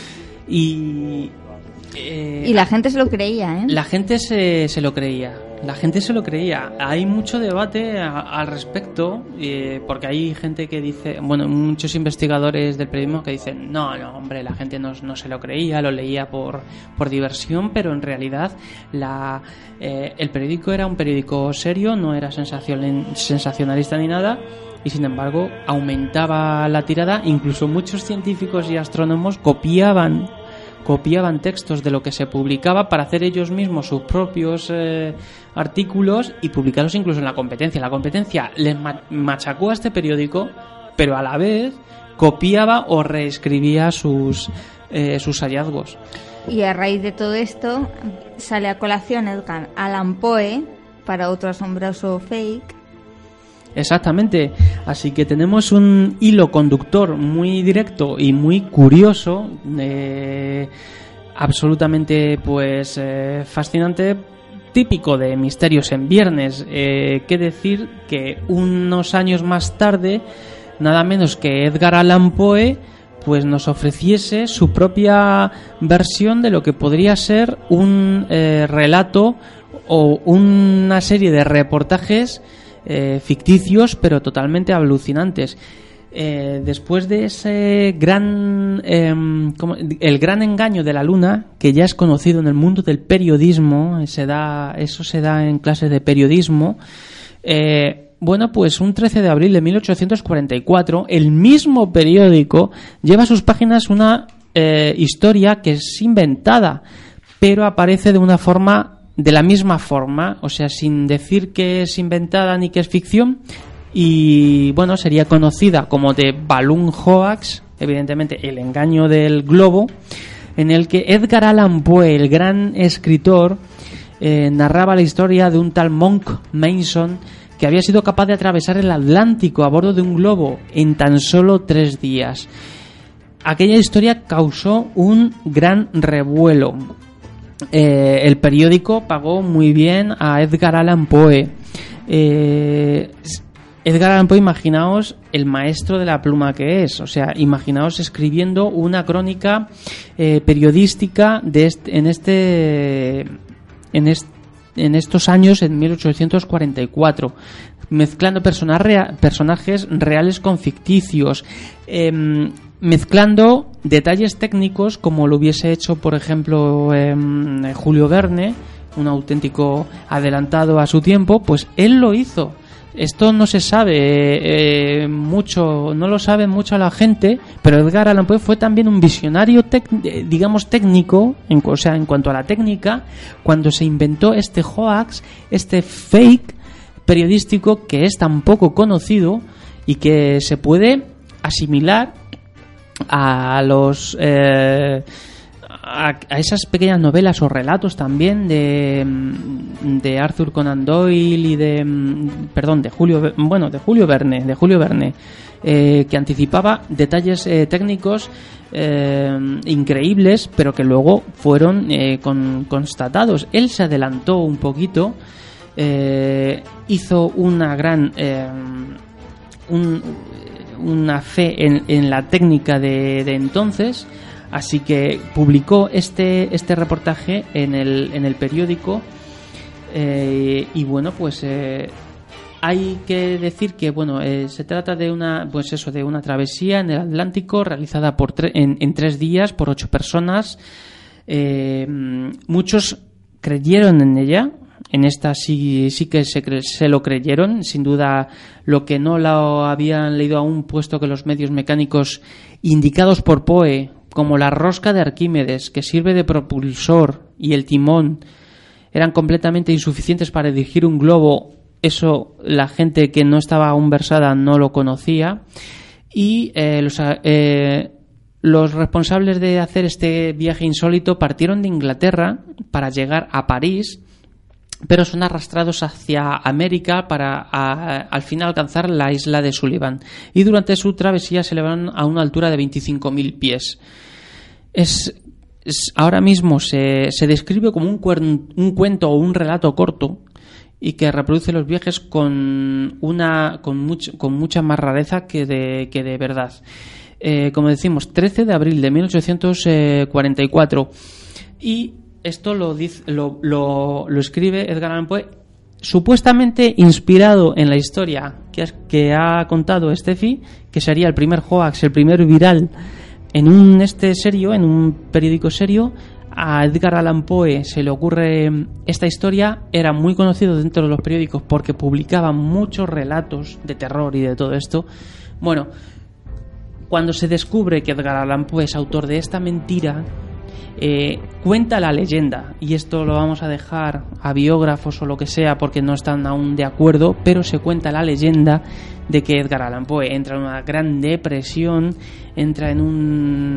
Y... Eh,
y la gente se lo creía, ¿eh?
La gente se, se lo creía. La gente se lo creía. Hay mucho debate a, al respecto, eh, porque hay gente que dice, bueno, muchos investigadores del periodismo que dicen, no, no, hombre, la gente no, no se lo creía, lo leía por, por diversión, pero en realidad la, eh, el periódico era un periódico serio, no era sensacion, sensacionalista ni nada, y sin embargo aumentaba la tirada. Incluso muchos científicos y astrónomos copiaban copiaban textos de lo que se publicaba para hacer ellos mismos sus propios eh, artículos y publicarlos incluso en la competencia. La competencia les ma- machacó a este periódico, pero a la vez copiaba o reescribía sus, eh, sus hallazgos.
Y a raíz de todo esto sale a colación Edgar Allan Poe para otro asombroso fake.
Exactamente, así que tenemos un hilo conductor muy directo y muy curioso, eh, absolutamente pues eh, fascinante, típico de Misterios en Viernes. Eh, que decir que unos años más tarde, nada menos que Edgar Allan Poe pues nos ofreciese su propia versión de lo que podría ser un eh, relato o una serie de reportajes Eh, ficticios pero totalmente alucinantes. Eh, después de ese gran eh, como, el gran engaño de la luna, que ya es conocido en el mundo del periodismo, se da, eso se da en clases de periodismo, eh, bueno, pues un trece de abril de mil ochocientos cuarenta y cuatro el mismo periódico lleva a sus páginas una eh, historia que es inventada, pero aparece de una forma de la misma forma, o sea, sin decir que es inventada ni que es ficción, y bueno, sería conocida como The Balloon Hoax, evidentemente el engaño del globo, en el que Edgar Allan Poe, el gran escritor, eh, narraba la historia de un tal Monk Mason que había sido capaz de atravesar el Atlántico a bordo de un globo en tan solo tres días. Aquella historia causó un gran revuelo. Eh, el periódico pagó muy bien a Edgar Allan Poe. Eh, Edgar Allan Poe, imaginaos el maestro de la pluma que es, o sea, imaginaos escribiendo una crónica eh, periodística de este, en este en este en estos años, en mil ochocientos cuarenta y cuatro, mezclando persona rea- personajes reales con ficticios, eh, mezclando detalles técnicos como lo hubiese hecho, por ejemplo, eh, Julio Verne, un auténtico adelantado a su tiempo, pues él lo hizo. Esto no se sabe eh, mucho, no lo sabe mucho la gente, pero Edgar Allan Poe fue también un visionario, tec- digamos, técnico, en, o sea, en cuanto a la técnica, cuando se inventó este hoax, este fake periodístico que es tan poco conocido y que se puede asimilar a los... Eh, A, a esas pequeñas novelas o relatos también de, de Arthur Conan Doyle y de perdón de Julio bueno de Julio Verne de Julio Verne eh, que anticipaba detalles eh, técnicos eh, increíbles, pero que luego fueron eh, con, constatados. Él se adelantó un poquito, eh, hizo una gran eh, un, una fe en, en la técnica de, de entonces. Así que publicó este este reportaje en el en el periódico eh, y bueno, pues eh, hay que decir que bueno eh, se trata de una pues eso de una travesía en el Atlántico realizada por tre- en, en tres días por ocho personas. Eh, muchos creyeron en ella. En esta sí, sí que se, cre- se lo creyeron, sin duda. Lo que no lo habían leído aún, puesto que los medios mecánicos indicados por Poe, como la rosca de Arquímedes, que sirve de propulsor, y el timón, eran completamente insuficientes para dirigir un globo, eso la gente que no estaba aún versada no lo conocía. Y eh, los, eh, los responsables de hacer este viaje insólito partieron de Inglaterra para llegar a París, pero son arrastrados hacia América para a, al final alcanzar la isla de Sullivan, y durante su travesía se elevaron a una altura de veinticinco mil pies. Es, es ahora mismo se, se describe como un, cuern, un cuento o un relato corto, y que reproduce los viajes con una con, much, con mucha más rareza que de, que de verdad. Eh, como decimos, trece de abril de mil ochocientos cuarenta y cuatro, y esto lo, dice, lo, lo, lo escribe Edgar Allan Poe, supuestamente inspirado en la historia que, has, que ha contado Steffi, que sería el primer hoax, el primer viral en un este serio, en un periódico serio. A Edgar Allan Poe se le ocurre esta historia. Era muy conocido dentro de los periódicos porque publicaba muchos relatos de terror y de todo esto. Bueno, cuando se descubre que Edgar Allan Poe es autor de esta mentira, Eh, cuenta la leyenda, y esto lo vamos a dejar a biógrafos o lo que sea porque no están aún de acuerdo, pero se cuenta la leyenda de que Edgar Allan Poe entra en una gran depresión, entra en un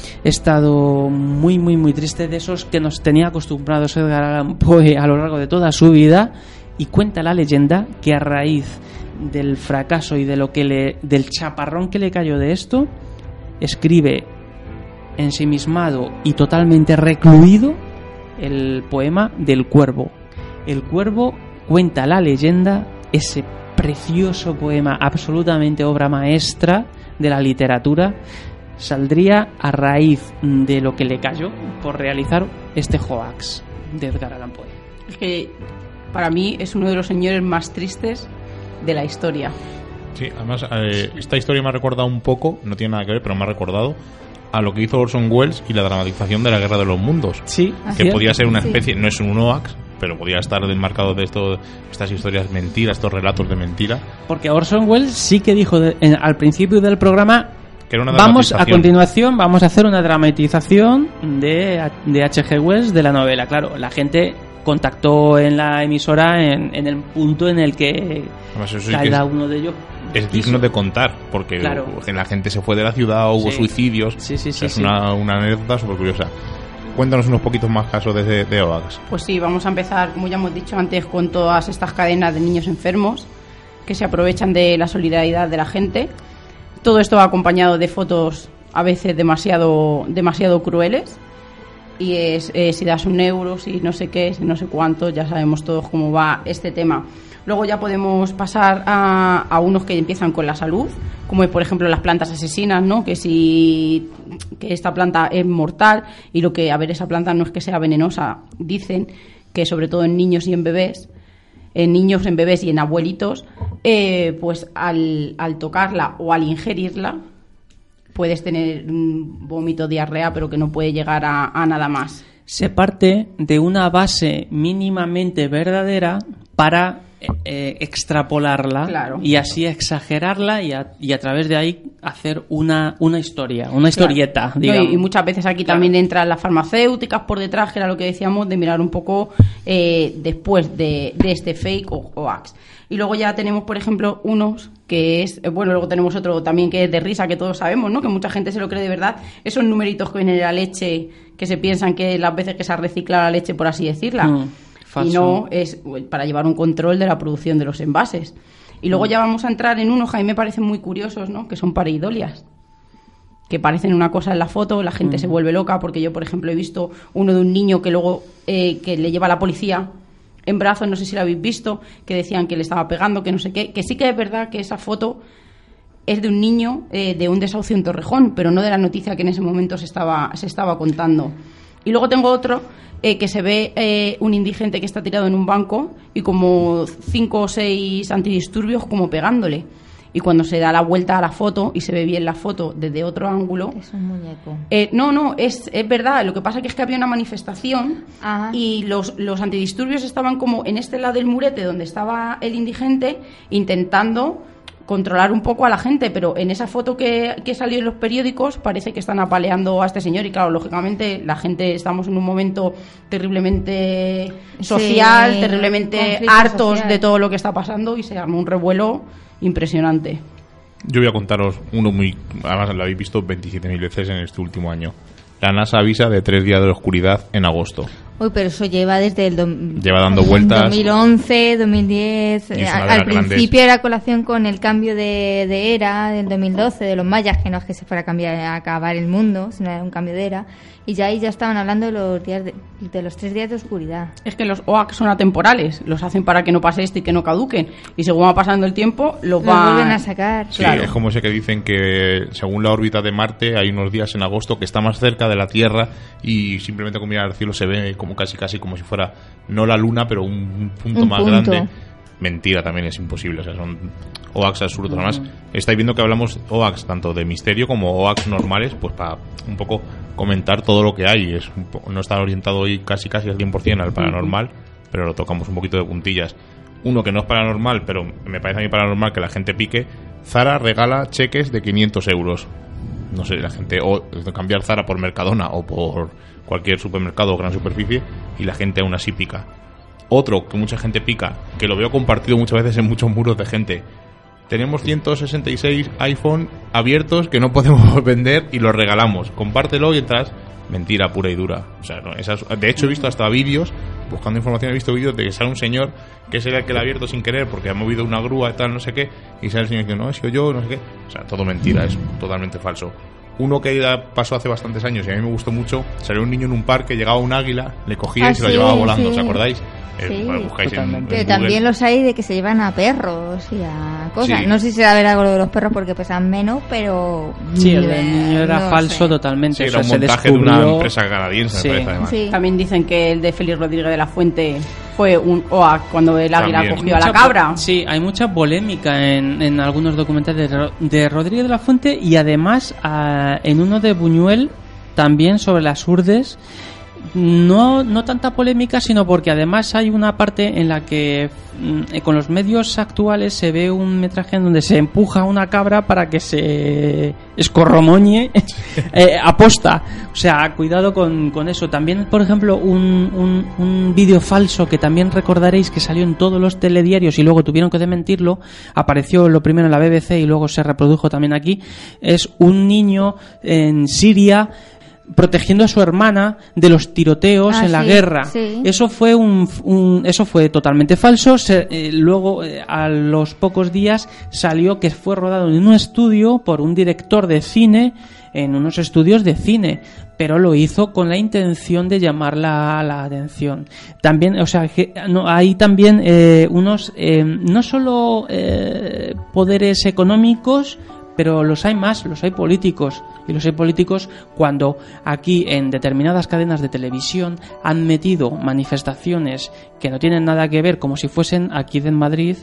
estado muy muy muy triste, de esos que nos tenía acostumbrados Edgar Allan Poe a lo largo de toda su vida, y cuenta la leyenda que a raíz del fracaso y de lo que le, del chaparrón que le cayó de esto, escribe ensimismado y totalmente recluido el poema del Cuervo. El Cuervo cuenta la leyenda, ese precioso poema, absolutamente obra maestra de la literatura, saldría a raíz de lo que le cayó por realizar este hoax de Edgar Allan Poe.
Es que para mí es uno de los señores más tristes de la historia.
Sí, además eh, esta historia me ha recordado un poco, no tiene nada que ver, pero me ha recordado a lo que hizo Orson Welles y la dramatización de la Guerra de los Mundos.
Sí,
que podía ser una
sí.
especie, no es un hoax, pero podía estar enmarcado de esto, estas historias mentiras, estos relatos de mentira.
Porque Orson Welles sí que dijo de, en, al principio del programa
que era una
vamos a continuación vamos a hacer una dramatización de, de H G Wells de la novela. Claro, la gente contactó en la emisora en, en el punto en el que
Además,
cada uno de ellos
es digno de contar, porque
claro,
la gente se fue de la ciudad, hubo
sí.
suicidios.
Sí, sí,
o sea,
sí,
es una,
sí.
una anécdota súper curiosa. Cuéntanos unos poquitos más casos de, de hoax.
Pues sí, vamos a empezar, como ya hemos dicho antes, con todas estas cadenas de niños enfermos que se aprovechan de la solidaridad de la gente. Todo esto va acompañado de fotos a veces demasiado, demasiado crueles. Y es eh, si das un euro, si no sé qué, si no sé cuánto, ya sabemos todos cómo va este tema. Luego ya podemos pasar a, a unos que empiezan con la salud, como es, por ejemplo, las plantas asesinas, ¿no? Que si que esta planta es mortal, y lo que, a ver, esa planta no es que sea venenosa, dicen que sobre todo en niños y en bebés, en niños, en bebés y en abuelitos, eh, pues al, al tocarla o al ingerirla, puedes tener un vómito, diarrea, pero que no puede llegar a, a nada más.
Se parte de una base mínimamente verdadera para eh, extrapolarla
Claro.
y así exagerarla y a, y a través de ahí hacer una, una historia, una historieta,
Claro.
digamos.
No, y, y muchas veces aquí
Claro.
también entran las farmacéuticas por detrás, que era lo que decíamos, de mirar un poco eh, después de, de este fake o hoax. Y luego ya tenemos, por ejemplo, unos que es, eh, bueno, luego tenemos otro también que es de risa, que todos sabemos, ¿no? Que mucha gente se lo cree de verdad. Esos numeritos que vienen de la leche, que se piensan que las veces que se ha reciclado la leche, por así decirla.
Mm, falso.
Y no, es para llevar un control de la producción de los envases. Y luego ya vamos a entrar en unos que a mí me parecen muy curiosos, ¿no? Que son pareidolias. Que parecen una cosa en la foto, la gente
Mm.
se vuelve loca, porque yo, por ejemplo, he visto uno de un niño que luego eh, que le lleva a la policía en brazos, no sé si lo habéis visto, que decían que le estaba pegando, que no sé qué, que sí que es verdad que esa foto es de un niño eh, de un desahucio en Torrejón, pero no de la noticia que en ese momento se estaba, se estaba contando. Y luego tengo otro eh, que se ve eh, un indigente que está tirado en un banco y como cinco o seis antidisturbios como pegándole. Y cuando se da la vuelta a la foto y se ve bien la foto desde otro ángulo...
Es un muñeco.
Eh, no, no, es, es verdad. Lo que pasa que es que había una manifestación
Ajá.
y los, los antidisturbios estaban como en este lado del murete donde estaba el indigente intentando controlar un poco a la gente, pero en esa foto que, que salió en los periódicos parece que están apaleando a este señor y claro, lógicamente la gente estamos en un momento terriblemente social,
Sí,
terriblemente
conflicto
hartos
social.
de todo lo que está pasando y se armó un revuelo impresionante.
Yo voy a contaros uno muy... Además lo habéis visto veintisiete mil veces en este último año. La NASA avisa de tres días de oscuridad en agosto.
Uy, pero eso lleva desde el... dom-
Lleva dando vueltas.
dos mil once, dos mil diez...
Y es una
Al,
de
al
las grandes.
principio era colación con el cambio de, de era del dos mil doce, de los mayas, que no es que se fuera a cambiar, a acabar el mundo, sino era un cambio de era. Y ya ahí ya estaban hablando de los días de, de los tres días de oscuridad.
Es que los hoax son atemporales, los hacen para que no pase esto y que no caduquen. Y según va pasando el tiempo, los
Los
van
vuelven a sacar.
Sí,
Claro.
es como ese que dicen que según la órbita de Marte hay unos días en agosto que está más cerca de la Tierra y simplemente con mirar al cielo se ve como casi casi como si fuera no la Luna pero un punto
Un
más
punto.
grande. Mentira, también es imposible, o sea, son hoax absurdos. Además, estáis viendo que hablamos hoax tanto de misterio como hoax normales, pues para un poco comentar todo lo que hay. Es un po- no está orientado hoy casi casi al cien por ciento al paranormal, pero lo tocamos un poquito de puntillas. Uno que no es paranormal, pero me parece a mí paranormal que la gente pique. Zara regala cheques de quinientos euros. No sé, la gente, o cambiar Zara por Mercadona o por cualquier supermercado o gran superficie, y la gente aún así pica. Otro que mucha gente pica, que lo veo compartido muchas veces en muchos muros de gente. Tenemos ciento sesenta y seis iPhone abiertos que no podemos vender y los regalamos. Compártelo y entras. Mentira pura y dura. O sea, no, esas, de hecho he visto hasta vídeos, buscando información he visto vídeos de que sale un señor que es el que lo ha abierto sin querer porque ha movido una grúa y tal, no sé qué, y sale el señor diciendo, no, he sido yo, no sé qué. O sea, todo mentira, es totalmente falso. Uno que ya pasó hace bastantes años y a mí me gustó mucho, salió un niño en un parque, llegaba un águila, le cogía
Ah,
y se lo
sí,
llevaba volando,
sí.
¿os acordáis? Eh,
Sí,
bueno, buscáis en, en
totalmente.
Pero
Google.
también los hay de que se llevan a perros y a cosas.
Sí.
No sé si será ver algo de los perros porque pesan menos, pero...
Sí, el del niño era
no
falso
sé.
totalmente.
Sí,
o
era
sea,
un
se
montaje de una
descubrió-
empresa canadiense,
Sí.
me parece, además.
Sí.
También dicen que el de Félix Rodríguez de la Fuente fue un hoax cuando el águila
También.
cogió a la
Mucha
cabra.
po- Sí, hay mucha polémica en, en algunos documentales de, Ro- de Rodríguez de la Fuente y además ah, en uno de Buñuel también sobre las urdes. No, no tanta polémica, sino porque además hay una parte en la que mm, con los medios actuales se ve un metraje en donde se empuja a una cabra para que se escorromoñe eh, aposta. O sea, cuidado con, con eso. También, por ejemplo, un, un, un vídeo falso que también recordaréis que salió en todos los telediarios y luego tuvieron que desmentirlo. Apareció lo primero en la B B C y luego se reprodujo también aquí. Es un niño en Siria protegiendo a su hermana de los tiroteos
Ah,
en la
sí,
guerra.
sí.
Eso fue un, un- eso fue totalmente falso. Se- eh, luego eh, a los pocos días salió que fue rodado en un estudio por un director de cine en unos estudios de cine, pero lo hizo con la intención de llamar la, la atención. También, o sea, que no, hay también eh, unos eh, no solo eh, poderes económicos, pero los hay más, los hay políticos. Y los hay políticos cuando aquí en determinadas cadenas de televisión han metido manifestaciones que no tienen nada que ver, como si fuesen aquí en Madrid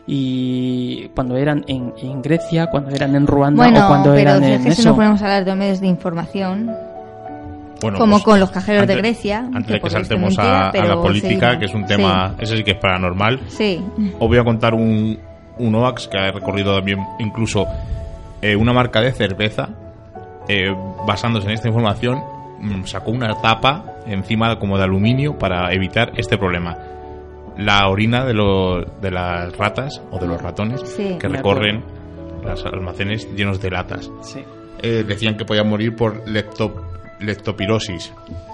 y cuando eran en, en Grecia, cuando eran en Ruanda
Bueno,
o cuando
pero
eran
si es
en
que si
eso.
no podemos hablar de medios de información...
Bueno,
como
pues,
con los cajeros
antes,
de Grecia.
Antes
que
de que
por esto es
saltemos
mentira,
a, a
pero
la política,
seguimos.
que es un tema,
Sí.
ese sí que es paranormal,
Sí.
os voy a contar un, un Oax que ha recorrido también incluso eh, una marca de cerveza, eh, basándose en esta información, mmm, sacó una tapa encima como de aluminio para evitar este problema. La orina de, lo, de las ratas o de los ratones
Sí,
que
me
recorren los almacenes llenos de latas.
Sí.
Eh, decían que podían morir por leptop, leptopirosis,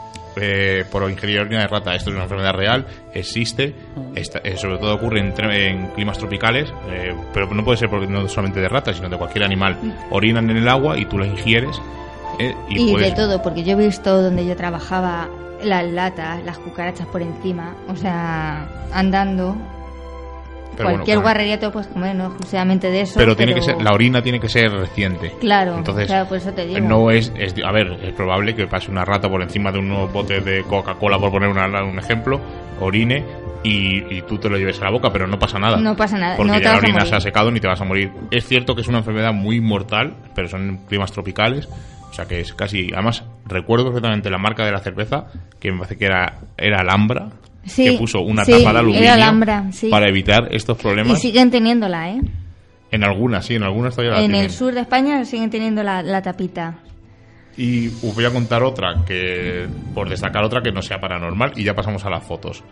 eh, por ingerir orina de rata. Esto es una enfermedad real, existe, esta, eh, sobre todo ocurre en, en climas tropicales, eh, pero no puede ser porque no solamente de ratas, sino de cualquier animal. Orinan en el agua y tú la ingieres. Eh, y
Y
puedes,
de todo, porque yo he visto donde yo trabajaba las latas, las cucarachas por encima, o sea, andando.
pero
Cualquier
bueno,
guarrería te lo puedes comer, no exclusivamente de eso.
pero tiene que ser, la orina tiene que ser reciente.
Claro,
Entonces,
claro, por eso te digo.
no es, es, a ver, es probable que pase una rata por encima de unos botes de Coca-Cola, por poner una, un ejemplo, orine y, y tú te lo lleves a la boca, pero no pasa nada.
No pasa nada,
Porque
no te
ya la
vas a
orina
morir.
se ha secado ni te vas a morir. Es cierto que es una enfermedad muy mortal, pero son en climas tropicales, o sea que es casi... Además, recuerdo perfectamente la marca de la cerveza, que me parece que era, era Alhambra,
Sí,
que puso una
sí,
tapa de aluminio
era Alhambra, sí.
para evitar estos
Y
problemas.
siguen teniéndola, ¿eh?
En algunas, sí, en algunas todavía la
En
tienen.
el sur de España siguen teniendo la, la tapita.
Y os voy a contar otra, que por destacar otra que no sea paranormal, y ya pasamos a las fotos.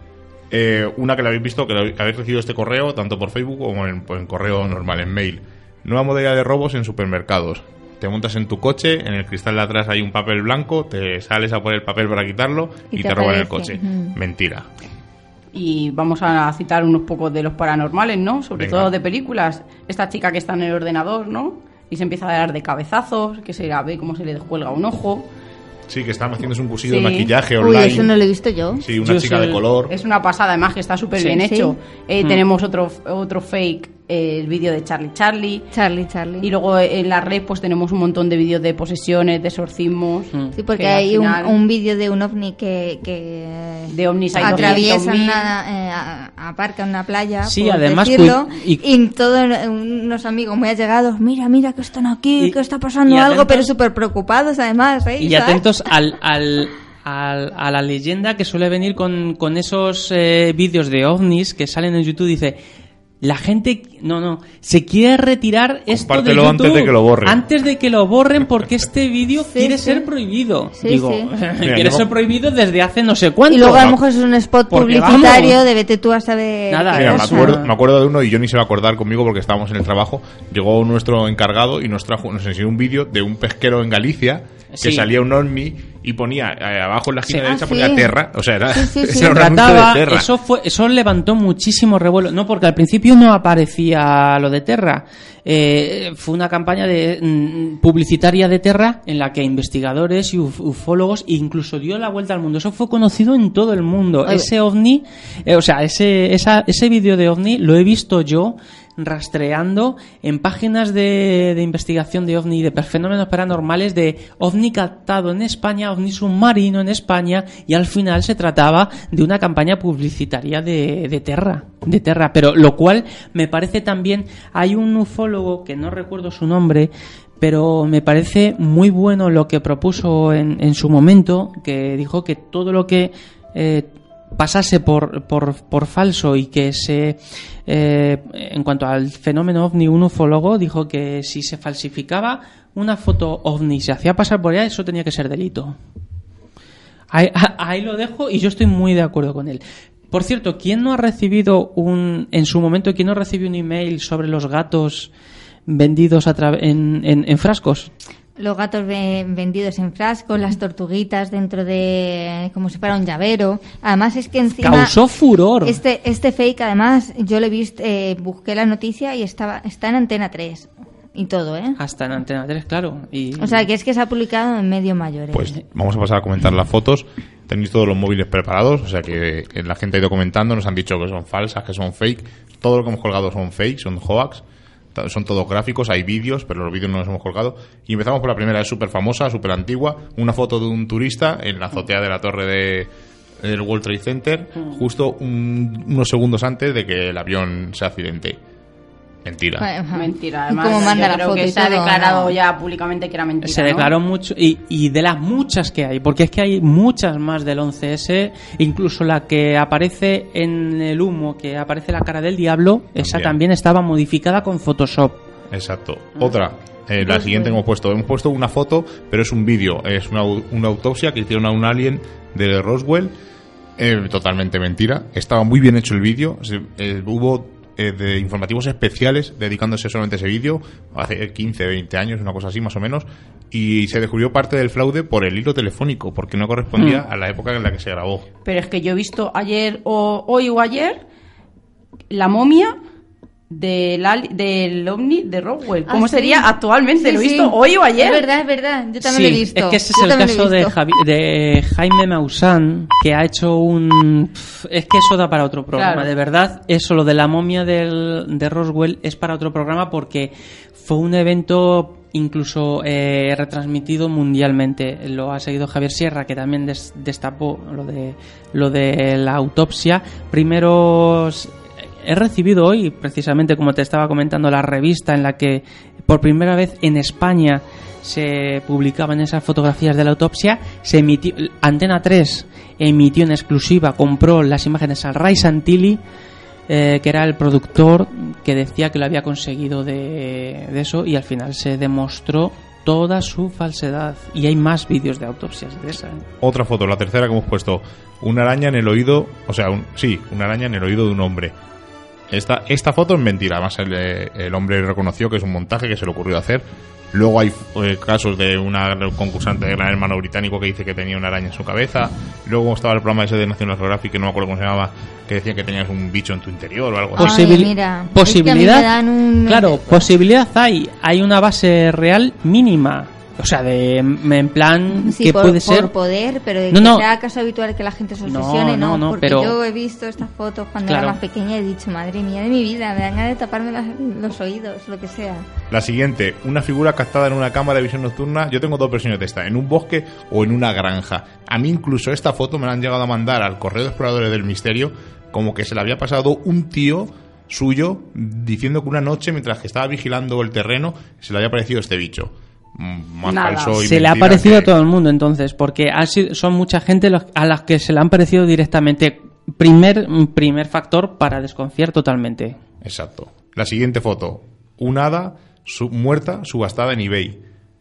Eh, una que la habéis visto, que la habéis recibido este correo, tanto por Facebook como en, en correo normal, en mail. Nueva modalidad de robos en supermercados. Te montas en tu coche, en el cristal de atrás hay un papel blanco, te sales a por el papel para quitarlo y,
Y
te,
te
roban el
aparece.
coche.
Mm.
Mentira.
Y vamos a citar unos pocos de los paranormales, ¿no? Sobre
Venga.
todo de películas. Esta chica que está en el ordenador, ¿no? Y se empieza a dar de cabezazos, que se la ve cómo se le descuelga un ojo.
Sí, que están haciéndose un cursillo
Sí.
de maquillaje
Uy,
online.
eso no lo he visto yo.
Sí, una
Yo
chica
sé-
de color.
Es una pasada, además, que está súper
Sí.
bien
Sí.
hecho. Eh,
Mm.
Tenemos otro, otro fake, eh, el vídeo de Charlie Charlie.
Charlie, Charlie.
Y luego eh, en la red pues tenemos un montón de vídeos de posesiones, de exorcismos.
Mm.
Sí, porque
que al
hay un,
final-
un vídeo de un ovni que, que
De ovnis hay
atraviesa
doscientos mil.
una, eh, a- aparca en una playa,
Sí,
por
además,
decirlo,
cu-
y,
y-
todos unos amigos muy allegados, mira, mira que están aquí,
Y-
que está pasando
y
algo,
atentos-
pero súper preocupados además, ¿eh?
Y
¿sabes?
atentos al, al, al- a la leyenda que suele venir con, con esos eh, vídeos de ovnis que salen en YouTube. Dice, la gente, no, no, se quiere retirar esto de
Compártelo
YouTube
antes de que lo borren.
antes de que lo borren porque este vídeo
Sí,
quiere
sí.
ser prohibido.
Sí,
Digo,
sí.
Mira,
quiere
yo-
ser prohibido desde hace no sé cuánto.
Y luego a lo mejor es un spot
Porque,
publicitario
vamos.
de vete tú a saber
Nada,
qué
Mira, me
cosa.
acuerdo, me acuerdo de uno y Johnny se va a acordar conmigo porque estábamos en el trabajo. Llegó nuestro encargado y nos trajo, nos enseñó un vídeo de un pesquero en Galicia que
Sí.
salía un ovni y ponía eh, abajo en la esquina
Sí.
derecha
Ah,
ponía
sí.
Terra, o sea, era,
Sí, sí, sí.
era un anuncio
Trataba,
de Terra.
eso fue, eso levantó muchísimo revuelo, no porque al principio no aparecía lo de Terra. Eh, fue una campaña de mm, publicitaria de Terra en la que investigadores y uf- ufólogos incluso dio la vuelta al mundo. Eso fue conocido en todo el mundo.
Oye.
Ese ovni, eh, o sea, ese esa, ese vídeo de ovni lo he visto yo rastreando en páginas de, de investigación de ovni, de fenómenos paranormales, de ovni captado en España, ovni submarino en España, y al final se trataba de una campaña publicitaria de, de Terra, de Terra, pero lo cual me parece también, hay un ufólogo que no recuerdo su nombre, pero me parece muy bueno lo que propuso en, en su momento, que dijo que todo lo que eh, pasase por, por, por falso y que se eh, en cuanto al fenómeno ovni, un ufólogo dijo que si se falsificaba una foto ovni y se hacía pasar por ella, eso tenía que ser delito. Ahí, ahí lo dejo y yo estoy muy de acuerdo con él. Por cierto, ¿quién no ha recibido un en su momento quién no recibió un email sobre los gatos vendidos a tra- en, en, en frascos?
Los gatos ve- vendidos en frascos, las tortuguitas dentro de como si fuera un llavero. Además es que encima
Causó furor.
Este este fake, además, yo lo he visto, eh, busqué la noticia y estaba está en Antena tres y todo, ¿eh?
Hasta en Antena tres, claro. Y...
O sea, que es que se ha publicado en medios mayores.
Pues vamos a pasar a comentar las fotos. Tenéis todos los móviles preparados, o sea que la gente ha ido comentando, nos han dicho que son falsas, que son fake. Todo lo que hemos colgado son fake, son hoax. Son todos gráficos, hay vídeos, pero los vídeos no los hemos colgado. Y empezamos por la primera, es súper famosa, súper antigua. Una foto de un turista en la azotea de la torre de, del World Trade Center, justo un- unos segundos antes de que el avión se accidente. Mentira.
Ajá.
Mentira,
¿Y
además.
cómo manda
yo
la
creo
foto
que
y
se ha
todo?
declarado
No.
ya públicamente que era mentira.
Se
¿no?
declaró mucho, y, y de las muchas que hay, porque es que hay muchas más del once ese, incluso la que aparece en el humo, que aparece la cara del diablo, esa
También.
también estaba modificada con Photoshop.
Exacto. Otra, eh, la siguiente que hemos puesto. Hemos puesto una foto, pero es un vídeo. Es una, una autopsia que hicieron a un alien de Roswell. Eh, totalmente mentira. Estaba muy bien hecho el vídeo. Se- eh, hubo eh, de informativos especiales dedicándose solamente a ese vídeo hace quince, veinte años, una cosa así más o menos. Y se descubrió parte del fraude por el hilo telefónico, porque no correspondía
Mm.
a la época en la que se grabó.
Pero es que yo he visto ayer, o hoy o ayer, la momia del, ali- del ovni de Roswell. ¿Cómo
Ah, sí.
sería actualmente?
Sí,
lo he
sí.
visto hoy o ayer.
Es verdad, es verdad. Yo también
Sí,
lo he visto.
es que ese
Yo
es el
también lo he
caso de,
visto.
Javi- de Jaime Maussan, que ha hecho un... pf, Es que eso da para otro programa,
Claro.
de verdad. Eso, lo de la momia del, de Roswell, es para otro programa porque fue un evento incluso eh, retransmitido mundialmente. Lo ha seguido Javier Sierra, que también des- destapó lo de, lo de la autopsia. Primero... s- He recibido hoy, precisamente como te estaba comentando, la revista en la que por primera vez en España se publicaban esas fotografías de la autopsia. Se emitió, Antena tres emitió en exclusiva, compró las imágenes al Ray Santilli, eh, que era el productor, que decía que lo había conseguido de, de eso, y al final se demostró toda su falsedad. Y hay más vídeos de autopsias de esa, ¿eh?
Otra foto, la tercera que hemos puesto. Una araña en el oído, o sea, un, sí, una araña en el oído de un hombre. Esta, esta foto es mentira, además el, eh, el hombre reconoció que es un montaje que se le ocurrió hacer. Luego hay eh, casos de una concursante de Gran Hermano británico que dice que tenía una araña en su cabeza. Luego estaba el programa ese de National Geographic, que no me acuerdo cómo se llamaba, que decía que tenías un bicho en tu interior o algo así.
Ay,
Posibil-
mira,
posibilidad,
es que a mí me dan un-
claro, posibilidad hay. Hay una base real mínima. O sea, de en plan
Sí,
que
por,
puede
por
ser.
poder, pero de
No,
que
no.
sea caso habitual que la gente se
No,
obsesione, no,
no, no,
porque
pero-
yo he visto estas fotos cuando
Claro.
era más pequeña y he dicho, madre mía de mi vida, me dan ganas de taparme las- los oídos, lo que sea.
La siguiente, una figura captada en una cámara de visión nocturna. Yo tengo dos versiones de esta, en un bosque o en una granja. A mí incluso esta foto me la han llegado a mandar al correo de Exploradores del Misterio, como que se la había pasado un tío suyo diciendo que una noche, mientras que estaba vigilando el terreno, se le había aparecido este bicho. Mm, Más
Nada.
falso y
Se le ha
mentira
parecido
que-
a todo el mundo, entonces, porque ha sido- son mucha gente los- a las que se le han parecido directamente. Primer, primer factor para desconfiar totalmente.
Exacto. La siguiente foto, un hada su- muerta subastada en eBay.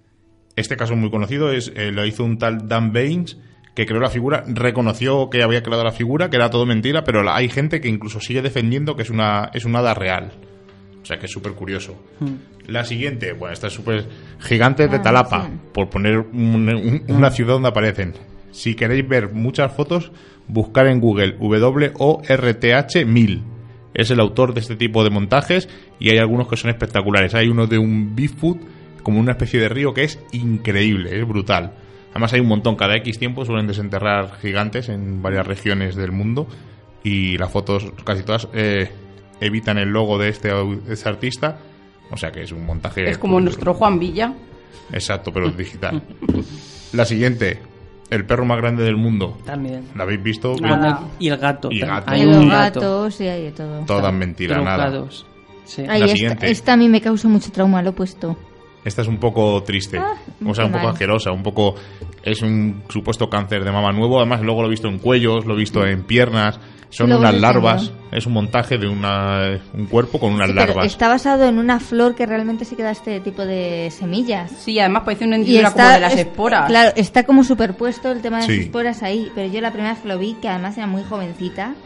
Este caso muy conocido es eh, lo hizo un tal Dan Baines, que creó la figura, reconoció que había creado la figura, que era todo mentira, pero la- hay gente que incluso sigue defendiendo que es una es un hada real. O sea que es súper curioso. La siguiente, bueno, esta es súper gigante de
Ah,
Talapa,
sí.
por poner un- un- una ciudad donde aparecen. Si queréis ver muchas fotos, buscar en Google W O R T H mil. Es el autor de este tipo de montajes y hay algunos que son espectaculares. Hay uno de un Bigfoot, como una especie de río, que es increíble, es brutal. Además hay un montón, cada X tiempo suelen desenterrar gigantes en varias regiones del mundo y las fotos casi todas eh, evitan el logo de este, au- de este artista, o sea que es un montaje...
Es como nuestro Juan Villa.
Exacto, pero digital. La siguiente, el perro más grande del mundo.
También.
¿La habéis visto?
Nada.
Y el gato.
Y
también.
gato.
Hay
Hay
un
los
gato.
gatos y hay de todo.
Todas mentiras, nada.
Trucados. Sí.
Ay,
La
esta,
siguiente.
esta a mí me causa mucho trauma, lo he puesto.
Esta es un poco triste,
Ah,
o sea, un
qué
poco
mal.
asquerosa, un poco... Es un supuesto cáncer de mama nuevo, además luego lo he visto en cuellos, lo he visto en piernas, son
Luego
unas
se
larvas,
extendió.
es un montaje de una, un cuerpo con unas
Sí, pero
larvas.
está basado en una flor que realmente sí que da este tipo de semillas.
Sí, además parece una
Y
hendidura como de las
es-
esporas.
Claro, está como superpuesto el tema de
Sí.
las esporas ahí, pero yo la primera vez que lo vi, que además era muy jovencita,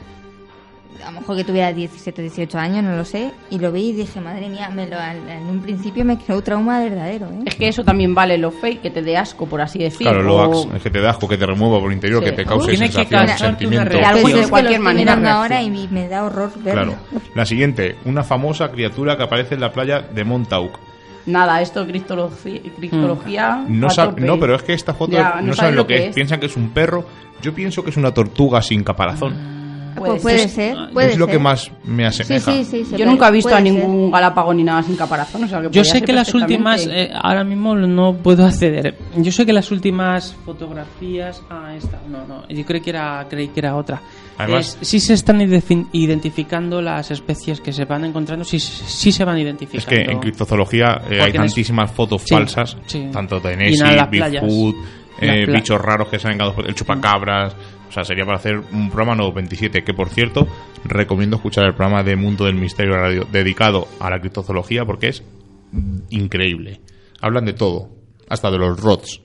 a lo mejor que tuviera diecisiete, dieciocho años, no lo sé, y lo vi y dije, madre mía, me lo, en un principio me creó trauma verdadero, ¿eh?
Es que eso también vale lo fake, que te dé asco, por así decirlo.
Claro, lo ax, es que te da asco, que te remueva por el interior,
Sí.
que te cause
Tiene que
sensación,
causarte una
sentimiento.
reacción.
Claro, pues
Pues
de
es
cualquier
que lo estoy
manera
mirando ahora y
reacciona.
me, me da horror verlo.
Claro. La siguiente, una famosa criatura que aparece en la playa de Montauk.
Nada, esto es cristología, cristología
No,
a
sab-
tope.
no, pero es que esta foto
Ya,
no,
no
saben
saben
lo
lo
que
que
es.
es.
Piensan que es un perro. Yo pienso que es una tortuga sin caparazón.
Pues puede ser, puede
es lo
ser.
que más me asemeja.
Sí, sí, sí, se
Yo
puede-
nunca he visto a
puede ser.
ningún Galápago ni nada sin caparazón. O sea, que
Yo
podía
sé
ser
que las últimas,
perfectamente.
eh, ahora mismo no puedo acceder. Yo sé que las últimas fotografías, ah, esta, no, no, yo creí que era, creí que era otra.
Además-
Eh, sí se están idef- identificando las especies que se van encontrando, sí, sí se van identificando.
Es que en criptozoología eh, hay
Porque no es-
tantísimas fotos
Sí,
falsas,
sí.
tanto de
Y
Nessie,
nada, las playas.
Bigfoot,
Las
eh,
pla-
bichos raros que salen cada el chupacabras. O sea, sería para hacer un programa nuevo veintisiete, que por cierto, recomiendo escuchar el programa de Mundo del Misterio Radio dedicado a la criptozoología porque es increíble. Hablan de todo, hasta de los rots.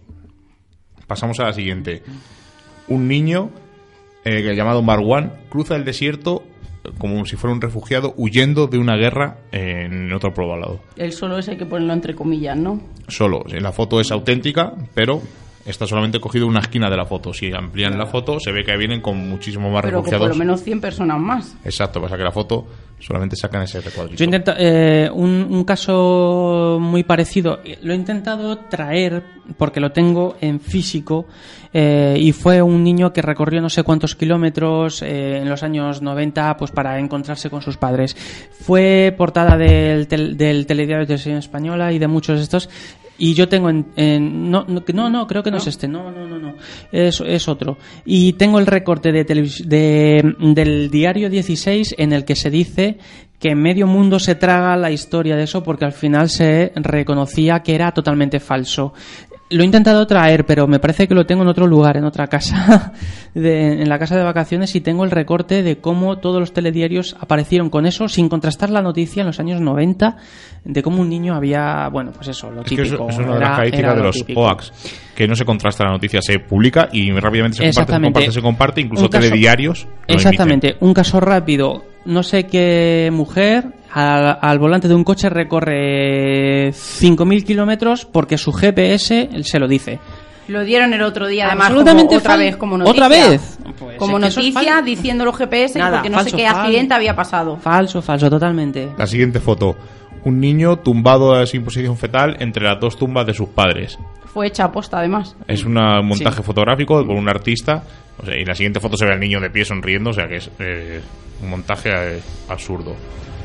Pasamos a la siguiente. Un niño eh, llamado Marwan cruza el desierto como si fuera un refugiado huyendo de una guerra en otro poblado.
El solo ese hay que ponerlo entre comillas, ¿no?
Solo, la foto es auténtica, pero está solamente cogido una esquina de la foto. Si amplían la foto, se ve que vienen con muchísimos más
Pero que
refugiados.
por lo menos cien personas más.
Exacto, pasa que la foto solamente sacan ese recuadrito.
Yo intento, eh, un, un caso muy parecido, lo he intentado traer porque lo tengo en físico eh, y fue un niño que recorrió no sé cuántos kilómetros eh, en los años noventa pues para encontrarse con sus padres. Fue portada del, tel, del telediario de Televisión Española y de muchos de estos. Y yo tengo en, en no, no no no creo que no, ¿No? es este no no no no es, es otro y tengo el recorte de, televis- de del diario dieciséis en el que se dice que medio mundo se traga la historia de eso porque al final se reconocía que era totalmente falso. Lo he intentado traer, pero me parece que lo tengo en otro lugar, en otra casa, de, en la casa de vacaciones, y tengo el recorte de cómo todos los telediarios aparecieron con eso, sin contrastar la noticia en los años noventa, de cómo un niño había, bueno, pues eso, lo
es
típico.
que eso, eso es una de
era-
las características
era
de
lo
los
típico.
hoax, que no se contrasta la noticia, se publica y rápidamente se comparte, se
Exactamente.
comparte, se comparte, incluso
Un caso-
telediarios lo
Exactamente,
emiten.
un caso rápido. No sé qué mujer al, al volante de un coche recorre cinco mil kilómetros porque su G P S se lo dice.
Lo dieron el otro día, además,
Absolutamente
como otra
fal-
vez como noticia.
¿Otra vez? Pues
como
es que eso es
noticia,
fal-
diciendo los G P S,
Nada,
porque no
falso,
sé qué
fal-
accidente había pasado.
Falso, falso, totalmente.
La siguiente foto. Un niño tumbado sin posición fetal entre las dos tumbas de sus padres.
Fue hecha aposta, además.
Es un montaje sí. fotográfico por un artista. O sea, y en la siguiente foto se ve al niño de pie sonriendo. O sea que es eh, un montaje eh, absurdo.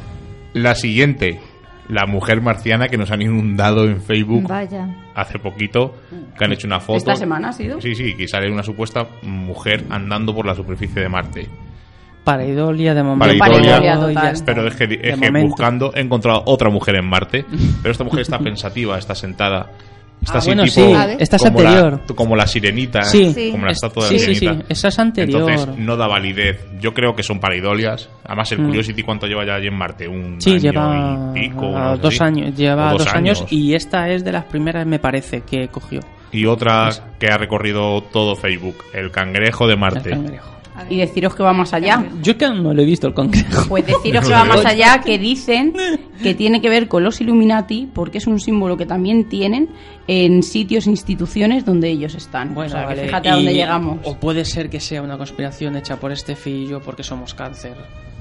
La siguiente. La mujer marciana que nos han inundado en Facebook.
Vaya.
Hace poquito. Que han hecho una foto.
¿Esta semana ha sido?
Sí, sí. Que sale una supuesta mujer andando por la superficie de Marte.
Pareidolia de momento.
Pareidolia,
total.
Pero es que, es que buscando he encontrado otra mujer en Marte. Pero esta mujer está pensativa, está sentada. Está
ah,
así
bueno,
tipo,
sí. Esta es
como
anterior.
La, como la sirenita,
sí.
¿eh? Como la estatua
sí,
de la
sí,
sirenita.
Sí, esa es anterior.
Entonces no da validez. Yo creo que son pareidolias. Además, el mm. Curiosity, ¿cuánto lleva ya allí en Marte? Un
sí,
año
lleva
y pico.
Uh, dos
así.
años. Lleva
dos,
dos años.
años
y esta es de las primeras, me parece, que cogió.
Y otra esa. que ha recorrido todo Facebook, el cangrejo de Marte.
El cangrejo.
Y deciros que va más allá.
Yo que no lo he visto el cangrejo.
Pues deciros que va más allá, que dicen que tiene que ver con los Illuminati, porque es un símbolo que también tienen en sitios e instituciones donde ellos están.
Bueno,
o sea,
vale.
que fíjate a dónde llegamos.
O puede ser que sea una conspiración hecha por este fillo porque somos cáncer.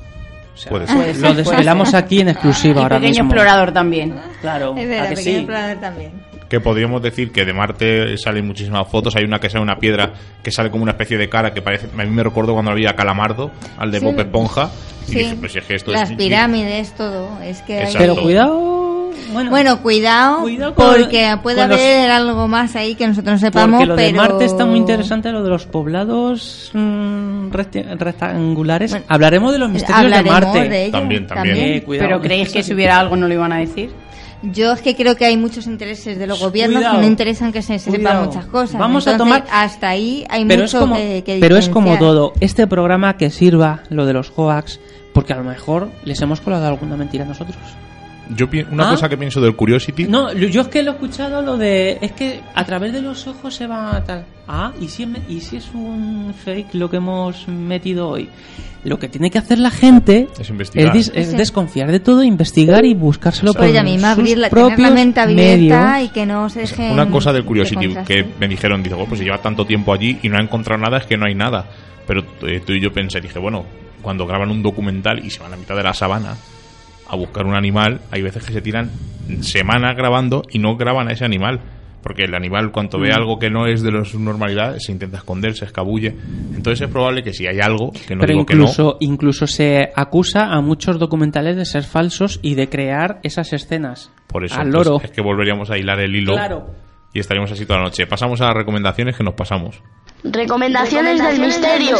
O sea,
puede ser.
Lo desvelamos aquí en exclusiva
y
ahora
pequeño
mismo.
explorador también.
Claro.
Es verdad,
¿a que
pequeño
sí?
explorador también.
Que podríamos decir que de Marte salen muchísimas fotos. Hay una que sale una piedra que sale como una especie de cara que parece. A mí me recuerdo cuando había Calamardo, al de sí. Bob Esponja. Y
sí.
dije, pues es que esto
Las
es.
pirámides, todo. Es que hay...
Pero cuidado. Bueno,
bueno cuidado, cuidado con,
porque
puede haber los... algo más ahí que nosotros no sepamos.
Porque lo
pero...
de Marte está muy interesante, lo de los poblados mmm, rectangulares. Bueno, hablaremos de los misterios de Marte.
De ello,
también, también.
también.
Eh, cuidado.
Pero ¿creéis que si hubiera algo no lo iban a decir?
Yo es que creo que hay muchos intereses de los gobiernos cuidado, que no interesan que se, se sepan muchas cosas.
Vamos
Entonces,
a tomar
hasta ahí hay
pero
mucho
es como,
que, que
Pero es como todo. Este programa que sirva lo de los hoax, porque a lo mejor les hemos colado alguna mentira a nosotros.
Yo una ¿Ah? cosa que pienso del Curiosity.
No, yo es que lo he escuchado lo de es que a través de los ojos se va a tal. Ah, y si y si es un fake lo que hemos metido hoy. Lo que tiene que hacer la gente
es investigar,
es, es sí. desconfiar de todo, investigar y buscárselo por
ella misma,
sus
abrir la,
propios
tener la mente abierta
medios.
Y que no se dejen.
Una cosa del Curiosity que me dijeron, dice, bueno, pues si lleva tanto tiempo allí y no ha encontrado nada, es que no hay nada. Pero eh, tú y yo pensé, dije, bueno, cuando graban un documental y se van a la mitad de la sabana a buscar un animal, hay veces que se tiran semanas grabando y no graban a ese animal. porque el animal cuando ve algo que no es de su normalidad se intenta esconder, se escabulle. Entonces es probable que si hay algo, que no
Pero
digo
incluso,
que no...
incluso se acusa a muchos documentales de ser falsos y de crear esas escenas.
Por eso
al loro.
Pues, es que volveríamos a hilar el hilo.
Claro.
Y estaríamos así toda la noche. Pasamos a las recomendaciones que nos pasamos.
Recomendaciones del misterio.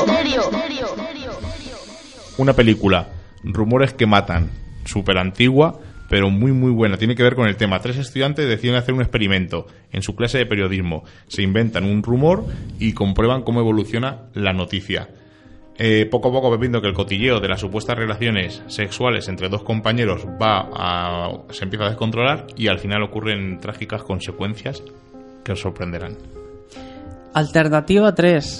Una película, Rumores que matan, súper antigua, pero muy muy buena. Tiene que ver con el tema. Tres estudiantes deciden hacer un experimento en su clase de periodismo. Se inventan un rumor y comprueban cómo evoluciona la noticia. Eh, poco a poco va viendo que el cotilleo de las supuestas relaciones sexuales entre dos compañeros va a, se empieza a descontrolar y al final ocurren trágicas consecuencias que os sorprenderán.
Alternativa tres.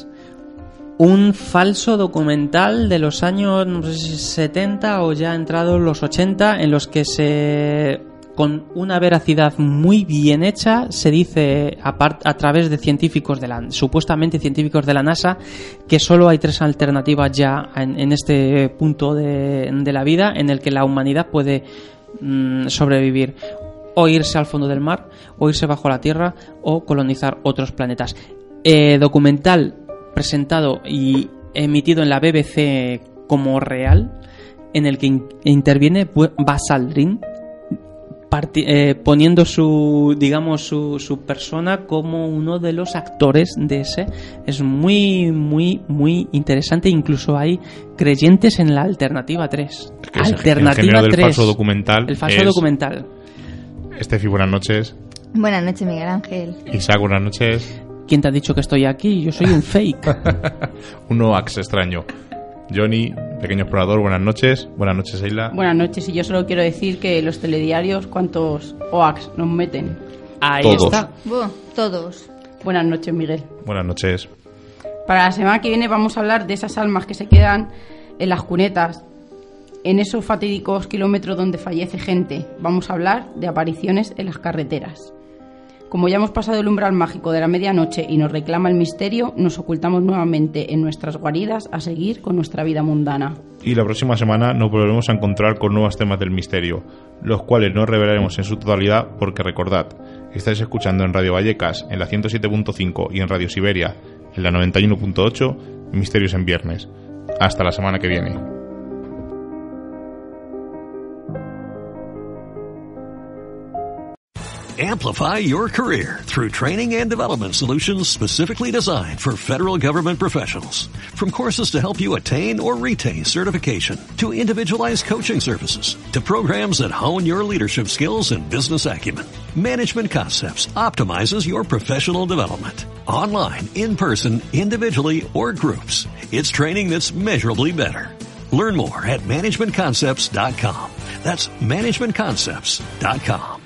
Un falso documental de los años no sé si setenta o ya entrados los ochenta, en los que se, con una veracidad muy bien hecha, se dice a, part, a través de científicos de la, supuestamente científicos de la NASA, que solo hay tres alternativas ya en, en este punto de, de la vida en el que la humanidad puede mmm, sobrevivir: o irse al fondo del mar, o irse bajo la tierra, o colonizar otros planetas. Eh, documental presentado y emitido en la B B C como real, en el que in- interviene Buzz Aldrin, parti- eh, poniendo su, digamos, su, su persona como uno de los actores de ese. Es muy, muy, muy interesante. Incluso hay creyentes en la alternativa tres.
Es que
Alternativa
el del
tres.
falso documental.
El falso
es...
documental.
Estefi, buenas noches.
Buenas noches, Miguel Ángel.
Isaac, buenas noches.
¿Quién te ha dicho que estoy aquí? Yo soy un fake.
Un Oax extraño. Johnny, pequeño explorador, buenas noches. Buenas noches, Eila.
Buenas noches, y yo solo quiero decir que los telediarios, ¿cuántos O A Cs nos meten?
Ahí
Todos.
está.
Buh, todos.
Buenas noches, Miguel.
Buenas noches.
Para la semana que viene vamos a hablar de esas almas que se quedan en las cunetas, en esos fatídicos kilómetros donde fallece gente. Vamos a hablar de apariciones en las carreteras. Como ya hemos pasado el umbral mágico de la medianoche y nos reclama el misterio, nos ocultamos nuevamente en nuestras guaridas a seguir con nuestra vida mundana.
Y la próxima semana nos volveremos a encontrar con nuevos temas del misterio, los cuales no revelaremos en su totalidad porque recordad, estáis escuchando en Radio Vallecas en la ciento siete punto cinco y en Radio Siberia en la noventa y uno punto ocho, Misterios en Viernes. Hasta la semana que viene.
Amplify your career through training and development solutions specifically designed for federal government professionals. From courses to help you attain or retain certification, to individualized coaching services, to programs that hone your leadership skills and business acumen, Management Concepts optimizes your professional development. Online, in person, individually, or groups, it's training that's measurably better. Learn more at management concepts dot com. That's management concepts dot com.